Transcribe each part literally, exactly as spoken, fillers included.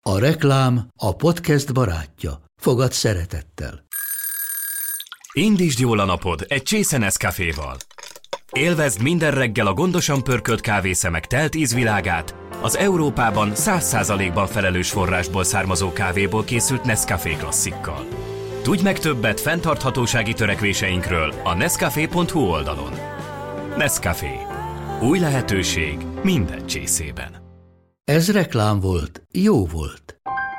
A reklám a podcast barátja. Fogad szeretettel. Indítsd jól a napod egy csésze Nescaféval. Élvezd minden reggel a gondosan pörkölt kávészemek telt ízvilágát, az Európában száz százalékban felelős forrásból származó kávéból készült Nescafé klasszikkal. Tudj meg többet fenntarthatósági törekvéseinkről a nescafé pont hu oldalon. Nescafé. Új lehetőség minden csészében. Ez reklám volt, jó volt.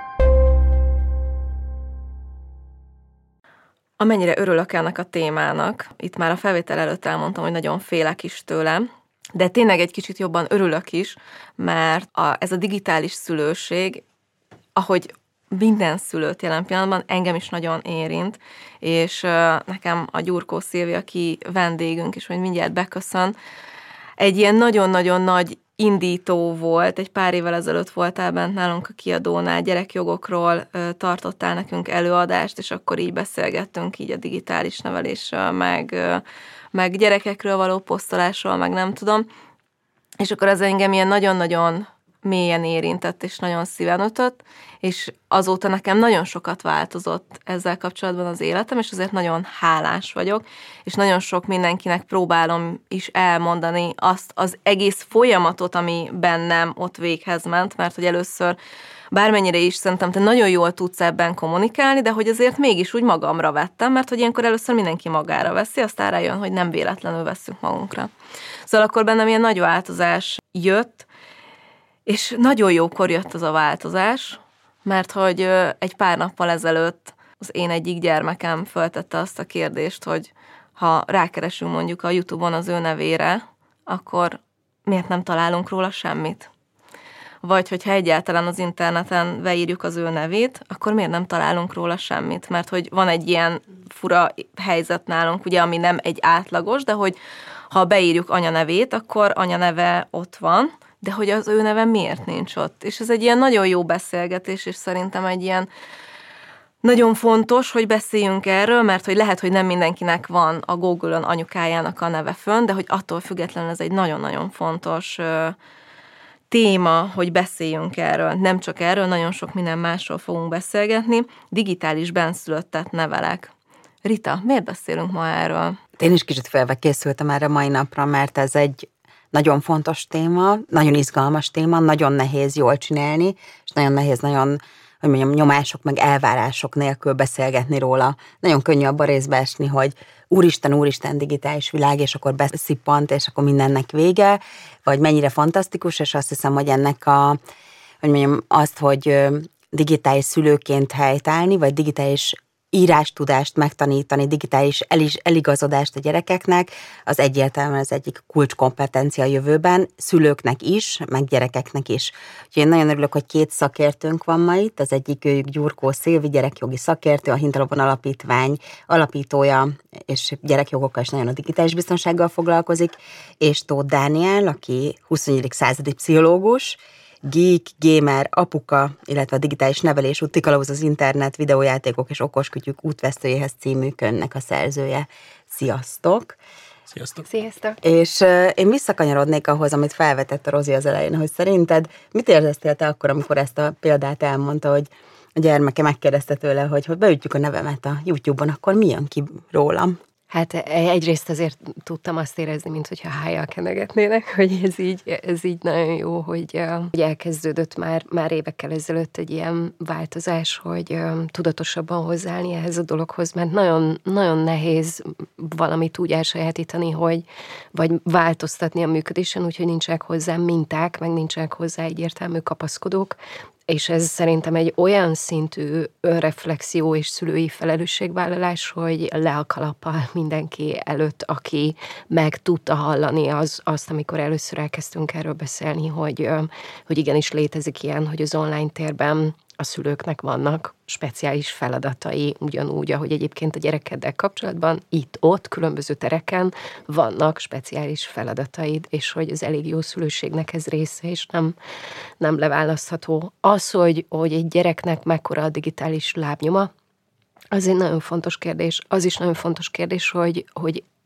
Amennyire örülök ennek a témának, itt már a felvétel előtt elmondtam, hogy nagyon félek is tőle, de tényleg egy kicsit jobban örülök is, mert a, ez a digitális szülőség, ahogy minden szülőt jelen pillanatban engem is nagyon érint, és uh, nekem a Gyurkó Szilvi, aki vendégünk, és majd mindjárt beköszön, egy ilyen nagyon-nagyon nagy indító volt, egy pár évvel ezelőtt voltál bent nálunk a kiadónál, gyerekjogokról uh, tartottál nekünk előadást, és akkor így beszélgettünk így a digitális nevelésről, meg, uh, meg gyerekekről való posztolásról, meg nem tudom, és akkor az engem ilyen nagyon-nagyon mélyen érintett, és nagyon szíven ütött, és azóta nekem nagyon sokat változott ezzel kapcsolatban az életem, és azért nagyon hálás vagyok, és nagyon sok mindenkinek próbálom is elmondani azt az egész folyamatot, ami bennem ott véghez ment, mert hogy először bármennyire is szerintem te nagyon jól tudsz ebben kommunikálni, de hogy azért mégis úgy magamra vettem, mert hogy ilyenkor először mindenki magára veszi, aztán rájön, hogy nem véletlenül vesszük magunkra. Szóval akkor bennem ilyen nagy változás jött, és nagyon jókor jött az a változás, mert hogy egy pár nappal ezelőtt az én egyik gyermekem föltette azt a kérdést, hogy ha rákeresünk mondjuk a YouTube-on az ő nevére, akkor miért nem találunk róla semmit? Vagy hogyha egyáltalán az interneten beírjuk az ő nevét, akkor miért nem találunk róla semmit? Mert hogy van egy ilyen fura helyzet nálunk, ugye, ami nem egy átlagos, de hogy ha beírjuk anya nevét, akkor anya neve ott van, de hogy az ő neve miért nincs ott. És ez egy ilyen nagyon jó beszélgetés, és szerintem egy ilyen nagyon fontos, hogy beszéljünk erről, mert hogy lehet, hogy nem mindenkinek van a Google-on anyukájának a neve fönn, de hogy attól függetlenül ez egy nagyon-nagyon fontos ö, téma, hogy beszéljünk erről. Nem csak erről, nagyon sok minden másról fogunk beszélgetni. Digitális benszülöttet nevelek. Rita, miért beszélünk ma erről? Én is kicsit félve készültem erre mai napra, mert ez egy nagyon fontos téma, nagyon izgalmas téma, nagyon nehéz jól csinálni, és nagyon nehéz nagyon, hogy mondjam, nyomások meg elvárások nélkül beszélgetni róla. Nagyon könnyű abba részbe esni, hogy úristen, úristen, digitális világ, és akkor beszippant, és akkor mindennek vége, vagy mennyire fantasztikus, és azt hiszem, hogy ennek a, hogy mondjam, azt, hogy digitális szülőként helytállni, vagy digitális írástudást megtanítani, digitális eligazodást a gyerekeknek, az egyértelműen az egyik kulcskompetencia a jövőben, szülőknek is, meg gyerekeknek is. Úgyhogy én nagyon örülök, hogy két szakértőnk van ma itt, az egyik őjük Gyurkó Szilvi, gyerekjogi szakértő, a Hintalapon Alapítvány alapítója, és gyerekjogokkal és nagyon a digitális biztonsággal foglalkozik, és Tóth Dániel, aki huszonegyedik századi pszichológus, geek, gamer, apuka, illetve a digitális nevelés úti kalauz az internet, videójátékok és okoskütyük útvesztőjéhez című könyvnek a szerzője. Sziasztok! Sziasztok! Sziasztok! És uh, én visszakanyarodnék ahhoz, amit felvetett a Rozi az elején, hogy szerinted mit érzeztél te akkor, amikor ezt a példát elmondta, hogy a gyermeke megkérdezte tőle, hogy, hogy beütjük a nevemet a YouTube-on, akkor mi jön ki rólam? Hát egyrészt azért tudtam azt érezni, mint hogyha hájjal kenegetnének, hogy ez így, ez így nagyon jó, hogy, hogy elkezdődött már, már évekkel ezelőtt egy ilyen változás, hogy tudatosabban hozzáállni ehhez a dologhoz, mert nagyon, nagyon nehéz valamit úgy elsajátítani, hogy vagy változtatni a működésen, úgyhogy nincsenek hozzá minták, meg nincsenek hozzá egyértelmű kapaszkodók, és ez szerintem egy olyan szintű önreflexió és szülői felelősségvállalás, hogy le a kalappal mindenki előtt, aki meg tudta hallani az, azt, amikor először elkezdtünk erről beszélni, hogy, hogy igenis létezik ilyen, hogy az online térben a szülőknek vannak speciális feladatai, ugyanúgy, ahogy egyébként a gyerekeddel kapcsolatban, itt-ott, különböző tereken vannak speciális feladataid, és hogy az elég jó szülőségnek ez része, és nem, nem leválasztható. Az, hogy, hogy egy gyereknek mekkora a digitális lábnyoma, az egy nagyon fontos kérdés. Az is nagyon fontos kérdés, hogy, hogy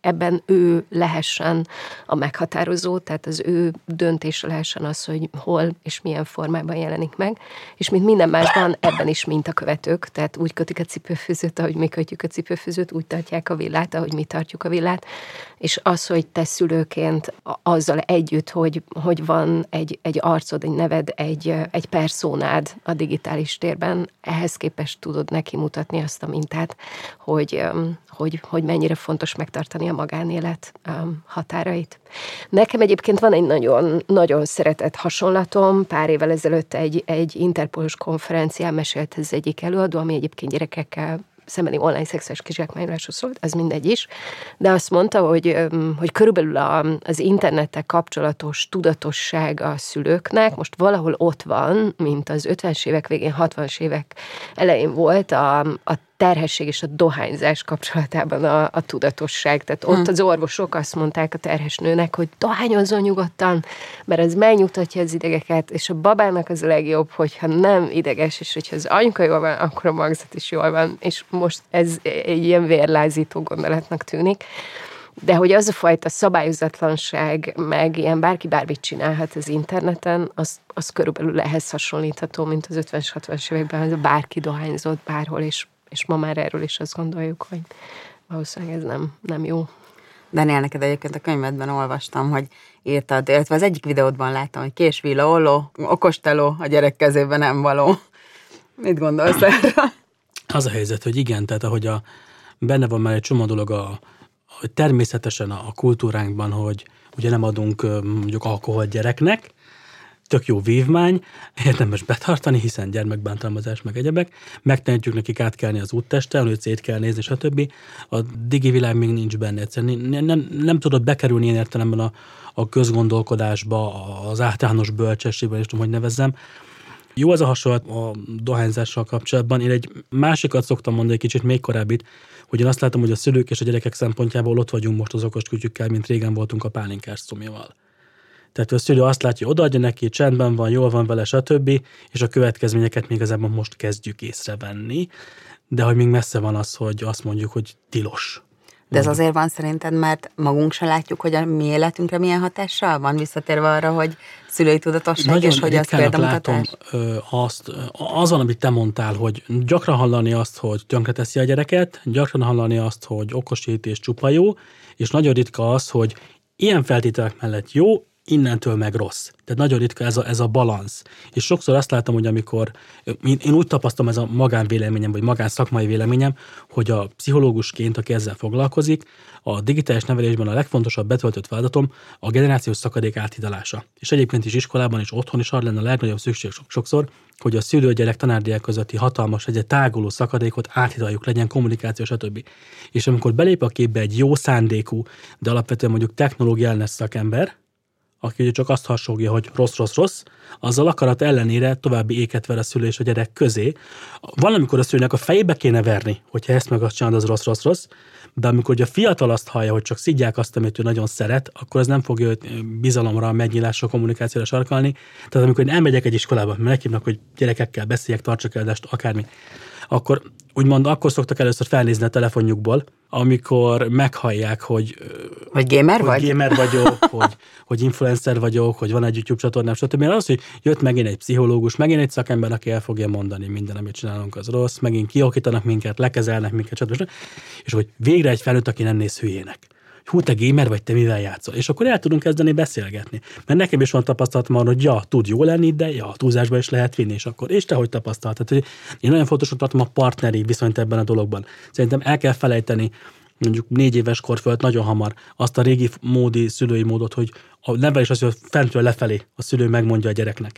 ebben ő lehessen a meghatározó, tehát az ő döntése lehessen az, hogy hol és milyen formában jelenik meg, és mint minden másban ebben is mintakövetők, tehát úgy kötik a cipőfűzőt, ahogy mi kötjük a cipőfűzőt, úgy tartják a villát, ahogy mi tartjuk a villát, és az, hogy te szülőként azzal együtt, hogy, hogy van egy, egy arcod, egy neved, egy, egy perszónád a digitális térben, ehhez képest tudod neki mutatni azt a mintát, hogy, hogy, hogy mennyire fontos megtartani a magánélet határait. Nekem egyébként van egy nagyon, nagyon szeretett hasonlatom, pár évvel ezelőtt egy, egy Interpolos konferencián mesélt az egyik előadó, ami egyébként gyerekekkel szembeni online szexuális kizsákmányolásról szólt, az mindegy is, de azt mondta, hogy, hogy körülbelül az internettel kapcsolatos tudatosság a szülőknek most valahol ott van, mint az ötvenes évek végén, hatvanas évek elején volt a, a terhesség és a dohányzás kapcsolatában a, a tudatosság. Tehát ott az orvosok azt mondták a terhes nőnek, hogy dohányozzon nyugodtan, mert ez megnyugtatja az idegeket, és a babának az a legjobb, hogyha nem ideges, és hogyha az anyuka jól van, akkor a magzat is jól van. És most ez egy ilyen vérlázító gondolatnak tűnik. De hogy az a fajta szabályozatlanság, meg ilyen bárki bármit csinálhat az interneten, az, az körülbelül ehhez hasonlítható, mint az ötvenes hatvanas években, az bárki dohányzott bárhol, és és ma már erről is azt gondoljuk, hogy valószínűleg ez nem, nem jó. Daniel, neked egyébként a könyvedben olvastam, hogy írtad, illetve az egyik videódban láttam, hogy késvilla olló, okosteló, a gyerek kezében nem való. Mit gondolsz erről? Az a helyzet, hogy igen, tehát ahogy a, benne van már egy csomó dolog a, a természetesen a, a kultúránkban, hogy ugye nem adunk mondjuk alkoholt gyereknek, tök jó vívmány, érdemes betartani, hiszen gyermekbántalmazás meg egyebek, megtanítjuk nekik átkelni az úttesten, hogy szét kell nézni, stb. A digi világ még nincs benne, egyszerűen nem, nem, nem tudod bekerülni ilyen értelemben a, a közgondolkodásba, az általános bölcsességben, és tudom, hogy nevezzem. Jó az a hasonlat a dohányzással kapcsolatban. Én egy másikat szoktam mondani, egy kicsit még korábbit, hogy én azt látom, hogy a szülők és a gyerekek szempontjából ott vagyunk most az okos kütyükkel, mint régen voltunk a pálinkás cumival. Tehát a szülő azt látja, odaadja neki, csendben van, jól van vele, stb., és a következményeket még igazából most kezdjük észrevenni, de hogy még messze van az, hogy azt mondjuk, hogy tilos. De ez azért van szerinted, mert magunk se látjuk, hogy a mi életünkre milyen hatással van, visszatérve arra, hogy szülői tudatosság, nagyon és hogy az példamutatás? Látom ö, azt, az van, amit te mondtál, hogy gyakran hallani azt, hogy tönkreteszi a gyereket, gyakran hallani azt, hogy okosít és csupa jó, és nagyon ritka az, hogy ilyen feltételek mellett jó, innentől meg rossz. Tehát nagyon ritka ez a, ez a balansz. És sokszor azt látom, hogy amikor, én, én úgy tapasztalom, ez a magánvéleményem, vagy magánszakmai véleményem, hogy a pszichológusként, aki ezzel foglalkozik, a digitális nevelésben a legfontosabb betöltött feladatom a generációs szakadék áthidalása. És egyébként is iskolában és otthon is arra lenne a legnagyobb szükség sokszor, hogy a szülő-gyerek tanárdiák közötti hatalmas, egy táguló szakadékot áthidaljuk, legyen kommunikáció, stb. És amikor belép a képbe egy jó szándékú, de alapvetően mondjuk technológia ellenes szakember, aki csak azt hasonlja, hogy rossz-rossz-rossz, azzal akarat ellenére további éket ver a szülő és a gyerek közé. Valamikor a szülőnek a fejébe kéne verni, hogyha ezt meg azt csinálod, az rossz-rossz-rossz, de amikor a fiatal azt hallja, hogy csak szidják azt, amit ő nagyon szeret, akkor ez nem fogja őt bizalomra, megnyilásra, kommunikációra sarkalni. Tehát amikor én elmegyek egy iskolába, meghívnak, hogy gyerekekkel beszéljek, tartsak előadást, akármi, akkor úgymond akkor szoktak először felnézni a telefonjukból, amikor meghallják, hogy hogy gamer hogy vagy? gamer vagyok, hogy, hogy influencer vagyok, hogy van egy YouTube csatornám, stb. Mert az, hogy jött megint egy pszichológus, megint egy szakember, aki el fogja mondani, minden, amit csinálunk, az rossz, megint kiokítanak minket, lekezelnek minket, stb. És hogy végre egy felnőtt, aki nem néz hülyének. Hú, te gamer vagy, te mivel játszol? És akkor el tudunk kezdeni beszélgetni. Mert nekem is van tapasztalatom arra, hogy ja, tud jó lenni, de ja, túlzásba is lehet vinni, és akkor, és te hogy tapasztaltad? Tehát, én nagyon fontosnak tartom a partneri viszonyt ebben a dologban. Szerintem el kell felejteni, mondjuk négy éves kor fölött nagyon hamar azt a régi módi szülői módot, hogy a nevelés az, hogy fentről lefelé a szülő megmondja a gyereknek.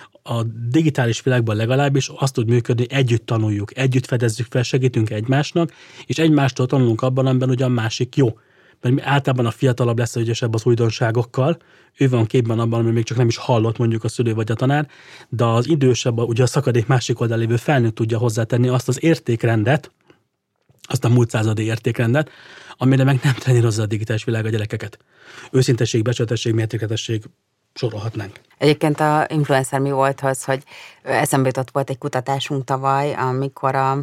A digitális világban legalábbis azt tud működni, együtt tanuljuk, együtt fedezzük fel, segítünk egymásnak, és egymástól tanulunk abban, amiben ugye a másik jó. Mert általában a fiatalabb lesz ügyesebb az újdonságokkal, ő van képben abban, ami még csak nem is hallott mondjuk a szülő vagy a tanár, de az idősebb, ugye a szakadék másik oldalán lévő felnőtt tudja hozzátenni azt az értékrendet, azt a múlt századi értékrendet, amire meg nem trenírozza a digitális világ a gyerekeket. Őszintesség, becsületesség, mértékletesség, sorolhatnánk. Egyébként a influencer mi volt az, hogy eszembe jutott, volt egy kutatásunk tavaly, amikor a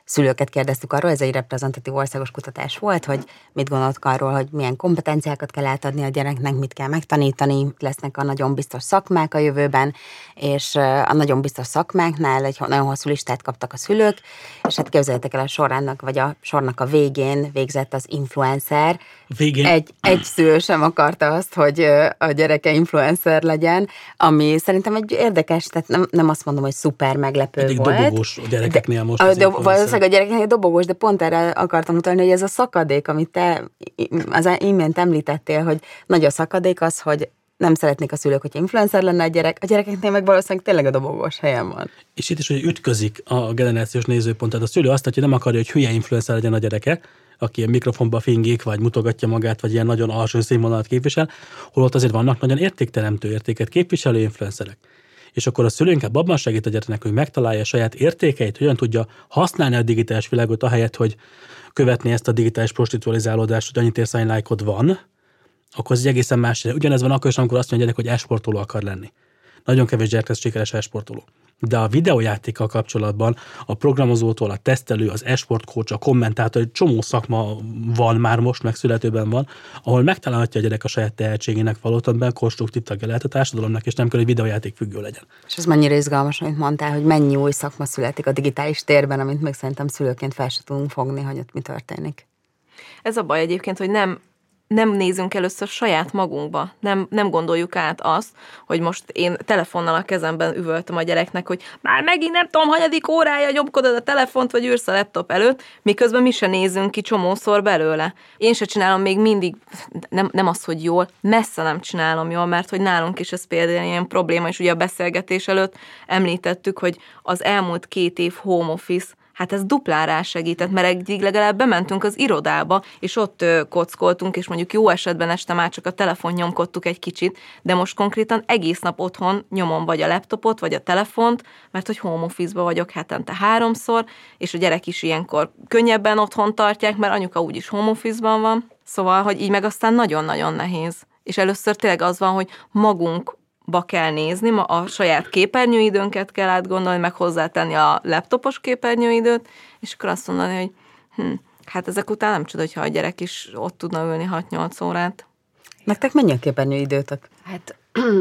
szülőket kérdeztük arról, ez egy reprezentatív országos kutatás volt, hogy mit gondoltak arról, hogy milyen kompetenciákat kell átadni a gyereknek, mit kell megtanítani, lesznek a nagyon biztos szakmák a jövőben, és a nagyon biztos szakmáknál egy nagyon hosszú listát kaptak a szülők, és hát képzeljétek el, a soránnak, vagy a sornak a végén végzett az influencer. Végén? Egy, egy szülő sem akarta azt, hogy a gyereke influencer legyen, ami szerintem egy érdekes, tehát nem, nem azt mondom, hogy szuper meglepő Eddig volt. dobogós a gyerekeknél most. A, do, valószínűleg a gyerekeknél dobogós, de pont erre akartam mutatni, hogy ez a szakadék, amit te az imént említettél, hogy nagy a szakadék az, hogy nem szeretnék a szülők, hogy influencer lenne a gyerek, a gyerekeknél meg valószínűleg tényleg a dobogós helyen van. És itt is, hogy ütközik a generációs nézőpont. Tehát a szülő azt, hogy nem akarja, hogy hülye influencer legyen a gyereke, aki ilyen mikrofonba fingik, vagy mutogatja magát, vagy ilyen nagyon alsó színvonalat képvisel, holott azért vannak nagyon értékteremtő értéket képviselő influencerek. És akkor a szülő inkább abban segít a gyereknek, hogy megtalálja a saját értékeit, hogyan tudja használni a digitális világot, ahelyett, hogy követni ezt a digitális prostitualizálódást, hogy annyit érsz, annyi lájkod van, akkor ez egy egészen más. Ugyanez van akkor is, amikor azt mondja a gyerek, hogy e-sportoló akar lenni. Nagyon kevés gyerek lesz sikeres e-sportoló. De a videójátékkal kapcsolatban a programozótól, a tesztelő, az e-sport coach, a kommentátor, egy csomó szakma van már most, meg születőben van, ahol megtalálhatja a gyerek a saját tehetségének valótlanban konstruktív tagja lehet a társadalomnak, és nem kell, hogy videójáték függő legyen. És ez mennyire izgalmas, amit mondtál, hogy mennyi új szakma születik a digitális térben, amit még szerintem szülőként fel se tudunk fogni, hogy ott mi történik. Ez a baj egyébként, hogy nem nem nézünk először saját magunkba, nem, nem gondoljuk át azt, hogy most én telefonnal a kezemben üvöltöm a gyereknek, hogy már megint nem tudom, hanyadik órája nyomkodod a telefont, vagy ülsz a laptop előtt, miközben mi se nézünk ki csomószor belőle. Én se csinálom még mindig, nem, nem az, hogy jól, messze nem csinálom jól, mert hogy nálunk is ez például ilyen probléma, és ugye a beszélgetés előtt említettük, hogy az elmúlt két év home office, hát ez duplán rá segített, mert egyik legalább bementünk az irodába, és ott kockoltunk, és mondjuk jó esetben este már csak a telefon nyomkodtuk egy kicsit, de most konkrétan egész nap otthon nyomom vagy a laptopot, vagy a telefont, mert hogy home office-ba vagyok hetente háromszor, és a gyerek is ilyenkor könnyebben otthon tartják, mert anyuka úgyis home office-ban van. Szóval, hogy így meg aztán nagyon-nagyon nehéz. És először tényleg az van, hogy magunk ba kell nézni, ma a saját képernyőidőnket kell átgondolni, meg hozzátenni a laptopos képernyőidőt, és akkor azt mondani, hogy hm, hát ezek után nem csoda, hogyha a gyerek is ott tudna ülni hat-nyolc órát. Nektek mennyi a képernyőidőtök? Hát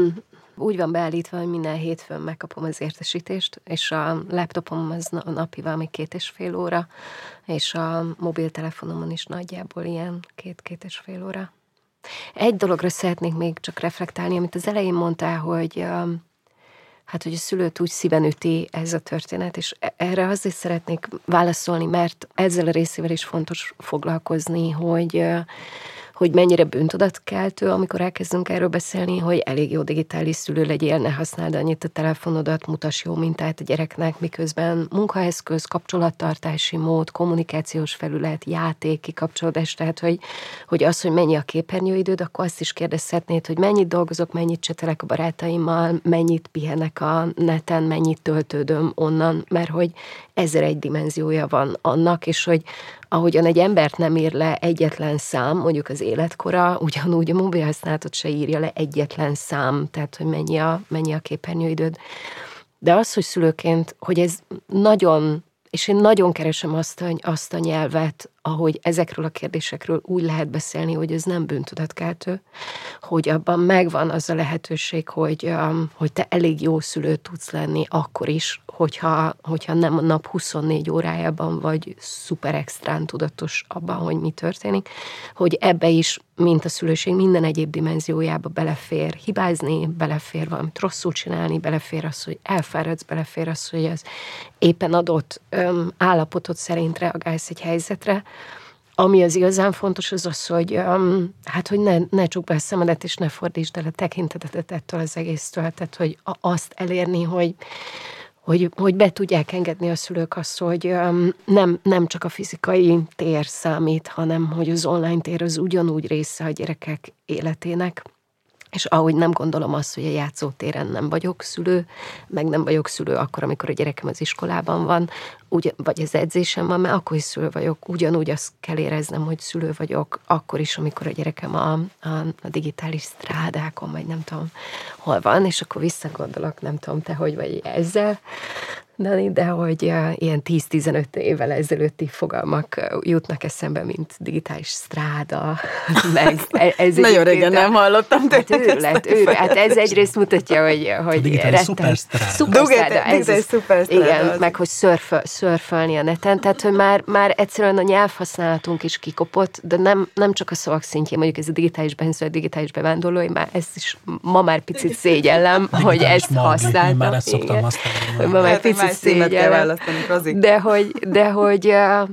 úgy van beállítva, hogy minden hétfőn megkapom az értesítést, és a laptopom az napi valami két és fél óra, és a mobiltelefonomon is nagyjából ilyen két-két és fél óra. Egy dologra szeretnék még csak reflektálni, amit az elején mondtál, hogy hát, hogy a szülőt úgy szíven üti ez a történet, és erre azért szeretnék válaszolni, mert ezzel a részével is fontos foglalkozni, hogy hogy mennyire bűntudatkeltő, amikor elkezdünk erről beszélni, hogy elég jó digitális szülő legyél, ne használd annyit a telefonodat, mutass jó mintát a gyereknek, miközben munkaeszköz, kapcsolattartási mód, kommunikációs felület, játék, kikapcsolódás, tehát hogy, hogy az, hogy mennyi a képernyőidőd, akkor azt is kérdezhetnéd, hogy mennyit dolgozok, mennyit csetelek a barátaimmal, mennyit pihenek a neten, mennyit töltődöm onnan, mert hogy ezer egy dimenziója van annak, és hogy ahogyan egy embert nem ír le egyetlen szám, mondjuk az életkora, ugyanúgy a mobilhasználatot se írja le egyetlen szám, tehát hogy mennyi a, mennyi a képernyőidőd. De az, hogy szülőként, hogy ez nagyon, és én nagyon keresem azt a, azt a nyelvet, ahogy ezekről a kérdésekről úgy lehet beszélni, hogy ez nem bűntudatkeltő, hogy abban megvan az a lehetőség, hogy, hogy te elég jó szülő tudsz lenni akkor is, hogyha, hogyha nem a nap huszonnégy órájában vagy szuper extrán tudatos abban, hogy mi történik, hogy ebbe is, mint a szülőség minden egyéb dimenziójába belefér hibázni, belefér valamit rosszul csinálni, belefér az, hogy elfáradsz, belefér az, hogy az éppen adott öm, állapotod szerint reagálsz egy helyzetre. Ami az igazán fontos, az az, hogy, um, hát, hogy ne, ne csukd be a szemedet, és ne fordítsd el a tekintetedet ettől az egésztől, tehát hogy azt elérni, hogy, hogy, hogy be tudják engedni a szülők azt, hogy um, nem, nem csak a fizikai tér számít, hanem hogy az online tér az ugyanúgy része a gyerekek életének. És ahogy nem gondolom azt, hogy a játszótéren nem vagyok szülő, meg nem vagyok szülő akkor, amikor a gyerekem az iskolában van, úgy, vagy az edzésem van, mert akkor is szülő vagyok. Ugyanúgy azt kell éreznem, hogy szülő vagyok akkor is, amikor a gyerekem a, a, a digitális strádákon, vagy nem tudom, hol van, és akkor visszagondolok, nem tudom, te hogy vagy ezzel. Dani, de hogy uh, ilyen tíz-tizenöt évvel ezelőtti fogalmak uh, jutnak eszembe, mint digitális stráda, meg ez nagyon régen nem hallottam. Hát őrület, őrület. Hát ez egyrészt mutatja, hogy, hogy digitális szuperstráda. Szuperstráda. Digitális szuperstráda. Igen, meg hogy szörföl, szörfölni a neten, tehát hogy már, már egyszerűen a nyelvhasználatunk is kikopott, de nem, nem csak a szavak szintjén, mondjuk ez a digitális benszülött, digitális bevándorló, én már ezt is ma már picit szégyellem, hogy ezt használtam. Már ezt szoktam használni. Ma már picit szégyellem. De hogy, de hogy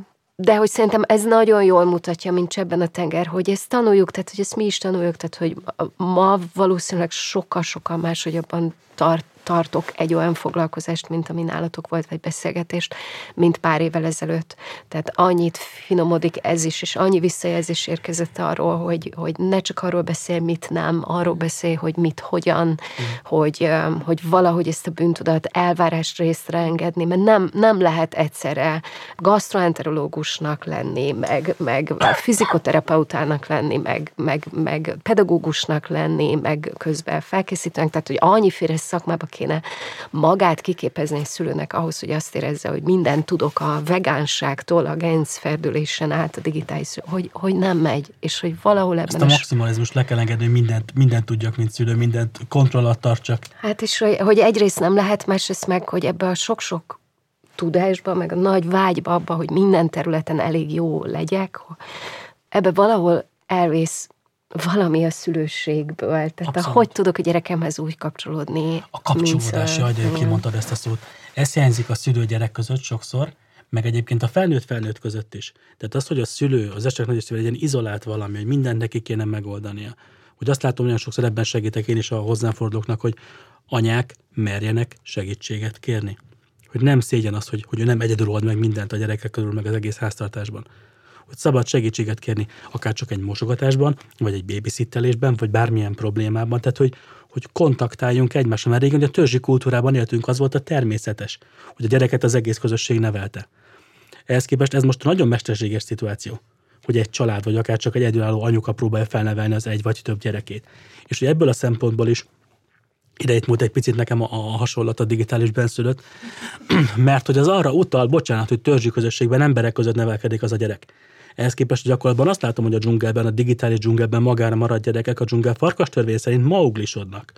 De hogy szerintem ez nagyon jól mutatja, mint csebben a tenger, hogy ezt tanuljuk, tehát hogy ezt mi is tanuljuk, tehát hogy ma valószínűleg sokkal-sokkal máshogyabban tart, tartok egy olyan foglalkozást, mint ami nálatok volt, vagy beszélgetést, mint pár évvel ezelőtt. Tehát annyit finomodik ez is, és annyi visszajelzés érkezett arról, hogy, hogy ne csak arról beszél, mit nem, arról beszél, hogy mit, hogyan, mm. hogy, hogy valahogy ezt a bűntudat, elvárást részre engedni, mert nem, nem lehet egyszerre gasztroenterológusnak lenni, meg, meg fizikoterapeutának lenni, meg, meg, meg pedagógusnak lenni, meg közben felkészítőnek, tehát hogy annyiféle szakmába kéne magát kiképezni egy szülőnek ahhoz, hogy azt érezze, hogy mindent tudok a vegánságtól, a genszferdülésen át a digitális, hogy, hogy nem megy, és hogy valahol ebben... Ezt a maximalizmust le kell engedni, hogy mindent, mindent tudjak, mint szülő, mindent kontroll alatt tartsak. Hát és hogy, hogy egyrészt nem lehet, másrészt meg, hogy ebbe a sok-sok tudásba, meg a nagy vágyba abba, hogy minden területen elég jó legyek, ebbe valahol elvész valami a szülőségből. Tehát Abszolút. Hogy tudok a gyerekemhez úgy kapcsolódni? A kapcsolódás, jaj, de kimondtad ezt a szót. Ez hiányzik a szülő-gyerek között sokszor, meg egyébként a felnőtt-felnőtt között is. Tehát az, hogy a szülő, az esetek nagy szülő legyen izolált valami, hogy mindent neki kéne megoldania. Hogy azt látom, nagyon sokszor ebben segítek én is a hozzám fordulóknak, hogy anyák merjenek segítséget kérni. Hogy nem szégyen az, hogy, hogy ő nem egyedül old meg mindent a gyerekek körül, meg az egész háztartásban. Hogy szabad segítséget kérni, akár csak egy mosogatásban, vagy egy babysittelésben, vagy bármilyen problémában. Tehát, hogy, hogy kontaktáljunk egymással. Mert régen a törzsi kultúrában éltünk, az volt a természetes, hogy a gyereket az egész közösség nevelte. Ehhez képest ez most nagyon mesterséges szituáció, hogy egy család, vagy akár csak egy egyedülálló anyuka próbálja felnevelni az egy vagy több gyerekét. És hogy ebből a szempontból is idejét múlt egy picit nekem a, a hasonlat a digitális benszülött, mert hogy az arra utal, bocsánat, hogy törzsi közösségben, emberek között nevelkedik az a gyerek. Ehhez képest gyakorlatban azt látom, hogy a dzsungelben, a digitális dzsungelben magára maradt gyerekek a dzsungel farkastörvény szerint mauglisodnak.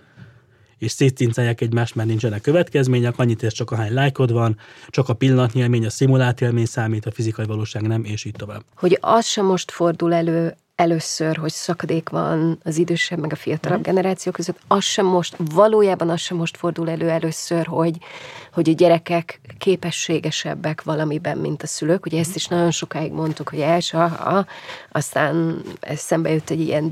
És szétcincálják egymást, mert nincsenek következmények, annyit ér, csak ahány lájkod van, csak a pillanatnyi élmény, a szimulált élmény számít, a fizikai valóság nem, és így tovább. Hogy az sem most fordul elő először, hogy szakadék van az idősebb meg a fiatalabb generáció között, az sem most, valójában az sem most fordul elő először, hogy, hogy a gyerekek képességesebbek valamiben, mint a szülők. Ugye ezt is nagyon sokáig mondtuk, hogy első, aha, aztán szembe jött egy ilyen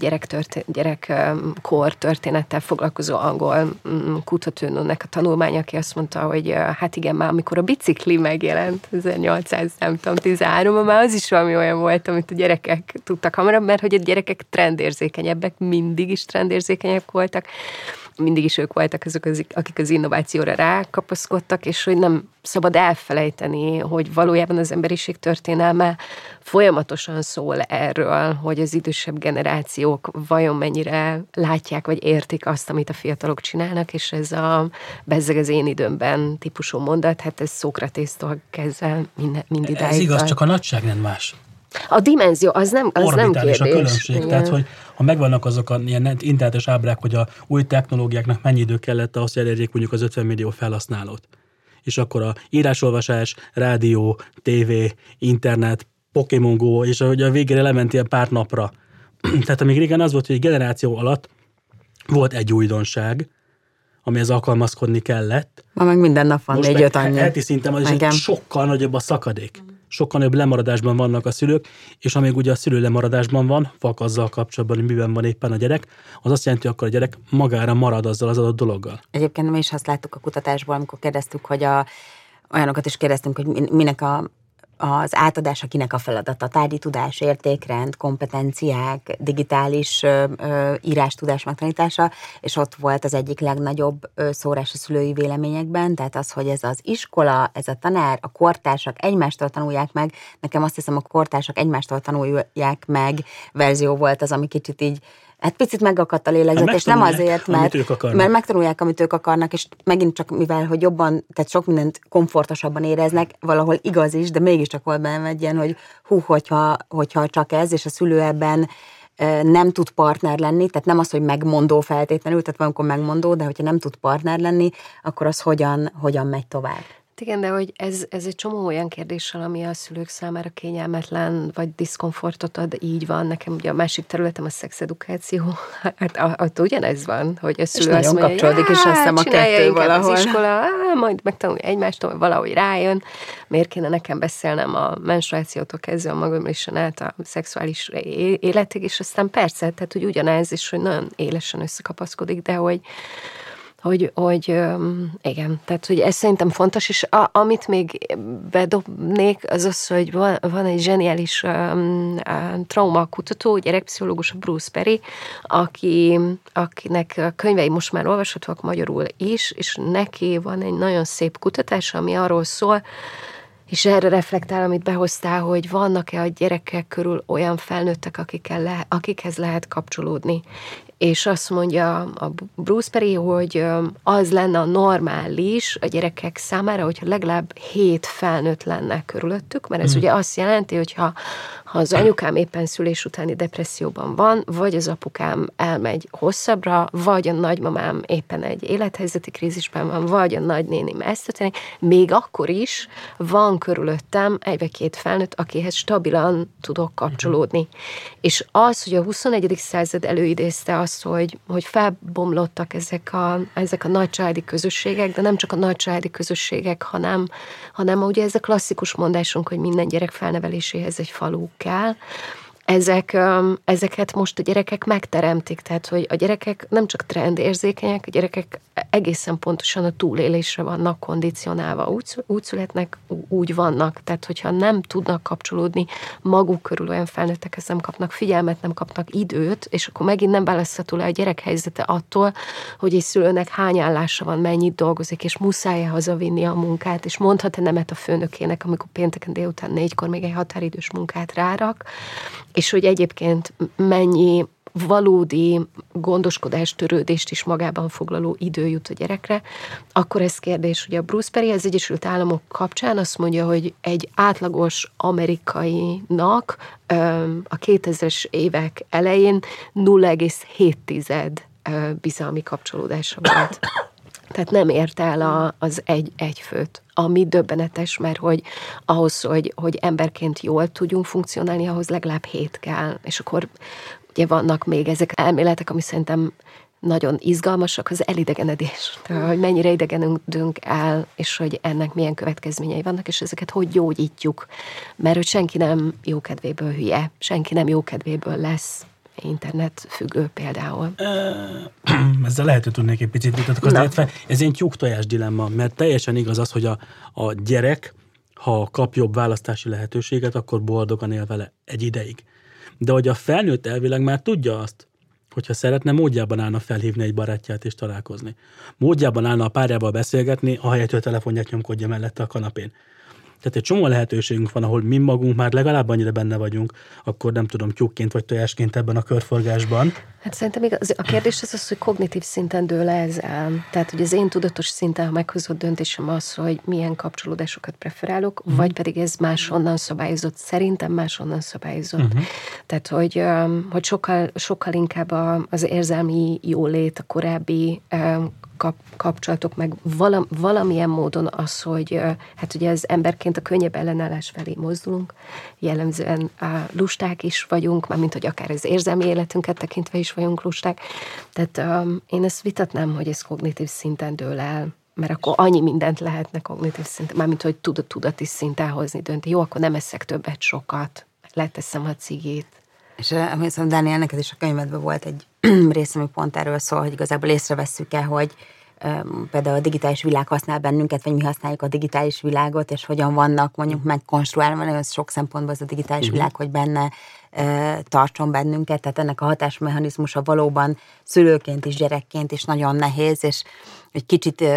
gyerekkor történettel foglalkozó angol kutatónőnek a tanulmány, aki azt mondta, hogy hát igen, már amikor a bicikli megjelent, ezernyolcszáz, nem tudom, tizenháromban, már az is valami olyan volt, amit a gyerekek tudtak hamarabb, mert hogy a gyerekek trendérzékenyebbek, mindig is trendérzékenyek voltak, mindig is ők voltak azok, akik az innovációra rákapaszkodtak, és hogy nem szabad elfelejteni, hogy valójában az emberiség történelme folyamatosan szól erről, hogy az idősebb generációk vajon mennyire látják, vagy értik azt, amit a fiatalok csinálnak, és ez a bezzeg az én időmben típusú mondat, hát ez Szókratésztól kezdve mind, mind idáig. Ez igaz, csak a nagyság nem más. A dimenzió, az nem, az nem kérdés. A különbség. Igen. Tehát, hogy ha megvannak azok a ilyen internetes ábrák, hogy a új technológiáknak mennyi idő kellett ahhoz, hogy elérjék mondjuk az ötven millió felhasználót. És akkor a írásolvasás, rádió, tévé, internet, Pokémon Go, és ahogy a végére lement ilyen pár napra. Tehát amíg régen az volt, hogy egy generáció alatt volt egy újdonság, amihez alkalmazkodni kellett. Ma meg minden nap van négy-öt annyi. Heti szinten az is sokkal nagyobb a szakadék. Sokkal nagyobb lemaradásban vannak a szülők, és amíg ugye a szülő lemaradásban van, vak azzal kapcsolatban, hogy miben van éppen a gyerek, az azt jelenti, hogy akkor a gyerek magára marad azzal az adott dologgal. Egyébként mi is azt láttuk a kutatásból, amikor kérdeztük, hogy a, olyanokat is kérdeztünk, hogy minek a az átadása kinek a feladata, tárgyi tudás, értékrend, kompetenciák, digitális ö, ö, írástudás megtanítása, és ott volt az egyik legnagyobb ö, szórás a szülői véleményekben, tehát az, hogy ez az iskola, ez a tanár, a kortársak egymástól tanulják meg, nekem azt hiszem a kortársak egymástól tanulják meg verzió volt az, ami kicsit így Hát picit megakadt a lélegzet, hát és nem azért, mert, mert megtanulják, amit ők akarnak, és megint csak mivel, hogy jobban, tehát sok mindent komfortosabban éreznek, valahol igaz is, de mégiscsak volt benne egy ilyen, hogy hú, hogyha, hogyha csak ez, és a szülő ebben nem tud partner lenni, tehát nem az, hogy megmondó feltétlenül, tehát valamikor megmondó, de hogyha nem tud partner lenni, akkor az hogyan, hogyan megy tovább. Igen, de hogy ez, ez egy csomó olyan kérdéssel, ami a szülők számára kényelmetlen, vagy diszkomfortot ad, így van. Nekem ugye a másik területem a szexedukáció, hát ott ugyanez van, hogy a szülő azt mondja, kapcsolódik, és azt hiszem a kettő valahol. Az iskola, á, majd megtanulja egymástól, valahogy rájön. Miért kéne nekem beszélnem a menstruációtól kezdve a magömlésen át a szexuális életig, és aztán persze, tehát hogy ugyanez is, hogy nagyon élesen összekapaszkodik, de hogy Hogy, hogy igen, tehát hogy ez szerintem fontos, és a, amit még bedobnék, az az, hogy van, van egy zseniális um, traumakutató, gyerekpszichológus, Bruce Perry, aki, akinek a könyvei most már olvashatóak magyarul is, és neki van egy nagyon szép kutatás, ami arról szól, és erre reflektál, amit behoztál, hogy vannak-e a gyerekek körül olyan felnőttek, akikkel le, akikhez lehet kapcsolódni. És azt mondja a Bruce Perry, hogy az lenne a normális a gyerekek számára, hogyha legalább hét felnőtt lenne körülöttük, mert ez mm. ugye azt jelenti, hogyha ha az anyukám éppen szülés utáni depresszióban van, vagy az apukám elmegy hosszabbra, vagy a nagymamám éppen egy élethelyzeti krízisben van, vagy a nagynénim ezt történik, még akkor is van körülöttem egy vagy két felnőtt, akihez stabilan tudok kapcsolódni. Mm. És az, hogy a huszonegyedik század előidézte azt, hogy, hogy felbomlottak ezek a, ezek a nagycsaládi közösségek, de nem csak a nagycsaládi közösségek, hanem, hanem ugye ez a klasszikus mondásunk, hogy minden gyerek felneveléséhez egy falu kell. Ezek, ezeket most a gyerekek megteremtik, tehát hogy a gyerekek nem csak trendérzékenyek, a gyerekek egészen pontosan a túlélésre vannak kondicionálva. Úgy, úgy születnek, úgy vannak. Tehát, hogyha nem tudnak kapcsolódni maguk körül olyan felnőttekhez, nem kapnak figyelmet, nem kapnak időt, és akkor megint nem választható le a gyerek helyzete attól, hogy egy szülőnek hány állása van, mennyit dolgozik, és muszáj hazavinni a munkát, és mondhat-e nemet a főnökének, amikor pénteken délután négykor még egy határidős munkát rárak, és hogy egyébként mennyi valódi gondoskodás, törődést is magában foglaló idő jut a gyerekre, akkor ez kérdés, hogy a Bruce Perry az Egyesült Államok kapcsán azt mondja, hogy egy átlagos amerikainak a kétezres évek elején nulla egész hét bizalmi kapcsolódása volt. Tehát nem ért el a, az egy, egy főt, ami döbbenetes, mert hogy ahhoz, hogy, hogy emberként jól tudjunk funkcionálni, ahhoz legalább hét kell. És akkor ugye vannak még ezek elméletek, ami szerintem nagyon izgalmasak, az elidegenedés. Tehát, hogy mennyire idegenedünk el, és hogy ennek milyen következményei vannak, és ezeket hogy gyógyítjuk. Mert hogy senki nem jókedvéből hülye, senki nem jókedvéből lesz internet függő például. Ezzel lehet, hogy tudnék egy picit vitatkozni. Ez egy tyúk-tojás dilemma, mert teljesen igaz az, hogy a, a gyerek, ha kap jobb választási lehetőséget, akkor boldogan él vele egy ideig. De hogy a felnőtt elvileg már tudja azt, hogyha szeretne, módjában állna felhívni egy barátját és találkozni. Módjában állna a párjával beszélgetni, ahelyett, hogy a telefonját nyomkodja mellette a kanapén. Tehát egy csomó lehetőségünk van, ahol mi magunk már legalább annyira benne vagyunk, akkor nem tudom, tyúkként vagy tojásként ebben a körforgásban. Hát szerintem igaz, a kérdés az az, hogy kognitív szinten dől ez el. Tehát, hogy az én tudatos szinten, ha meghozott döntésem az, hogy milyen kapcsolódásokat preferálok, uh-huh. vagy pedig ez máshonnan szabályozott. Szerintem máshonnan szabályozott. Uh-huh. Tehát, hogy, hogy sokkal, sokkal inkább az érzelmi jólét, a korábbi kap, kapcsolatok, meg valam, valamilyen módon az, hogy hát ugye az emberként a könnyebb ellenállás felé mozdulunk, jellemzően lusták is vagyunk, mármint hogy akár az érzelmi életünket tekintve is vagyunk lusták. Tehát um, én ezt vitatnám, hogy ez kognitív szinten dől el, mert akkor annyi mindent lehetne kognitív szinten, mármint hogy tud, tudati szinten hozni dönti. Jó, akkor nem eszek többet sokat, leteszem a cigit. És emlékszem, Dániel, neked is a könyvedben volt egy rész, ami pont erről szól, hogy igazából észrevesszük-e, hogy um, például a digitális világ használ bennünket, vagy mi használjuk a digitális világot, és hogyan vannak mondjuk megkonstruálva, nagyon sok szempontból ez a digitális uh-huh. világ, hogy benne uh, tartson bennünket, tehát ennek a hatásmechanizmusa valóban szülőként is, gyerekként is nagyon nehéz, és egy kicsit uh,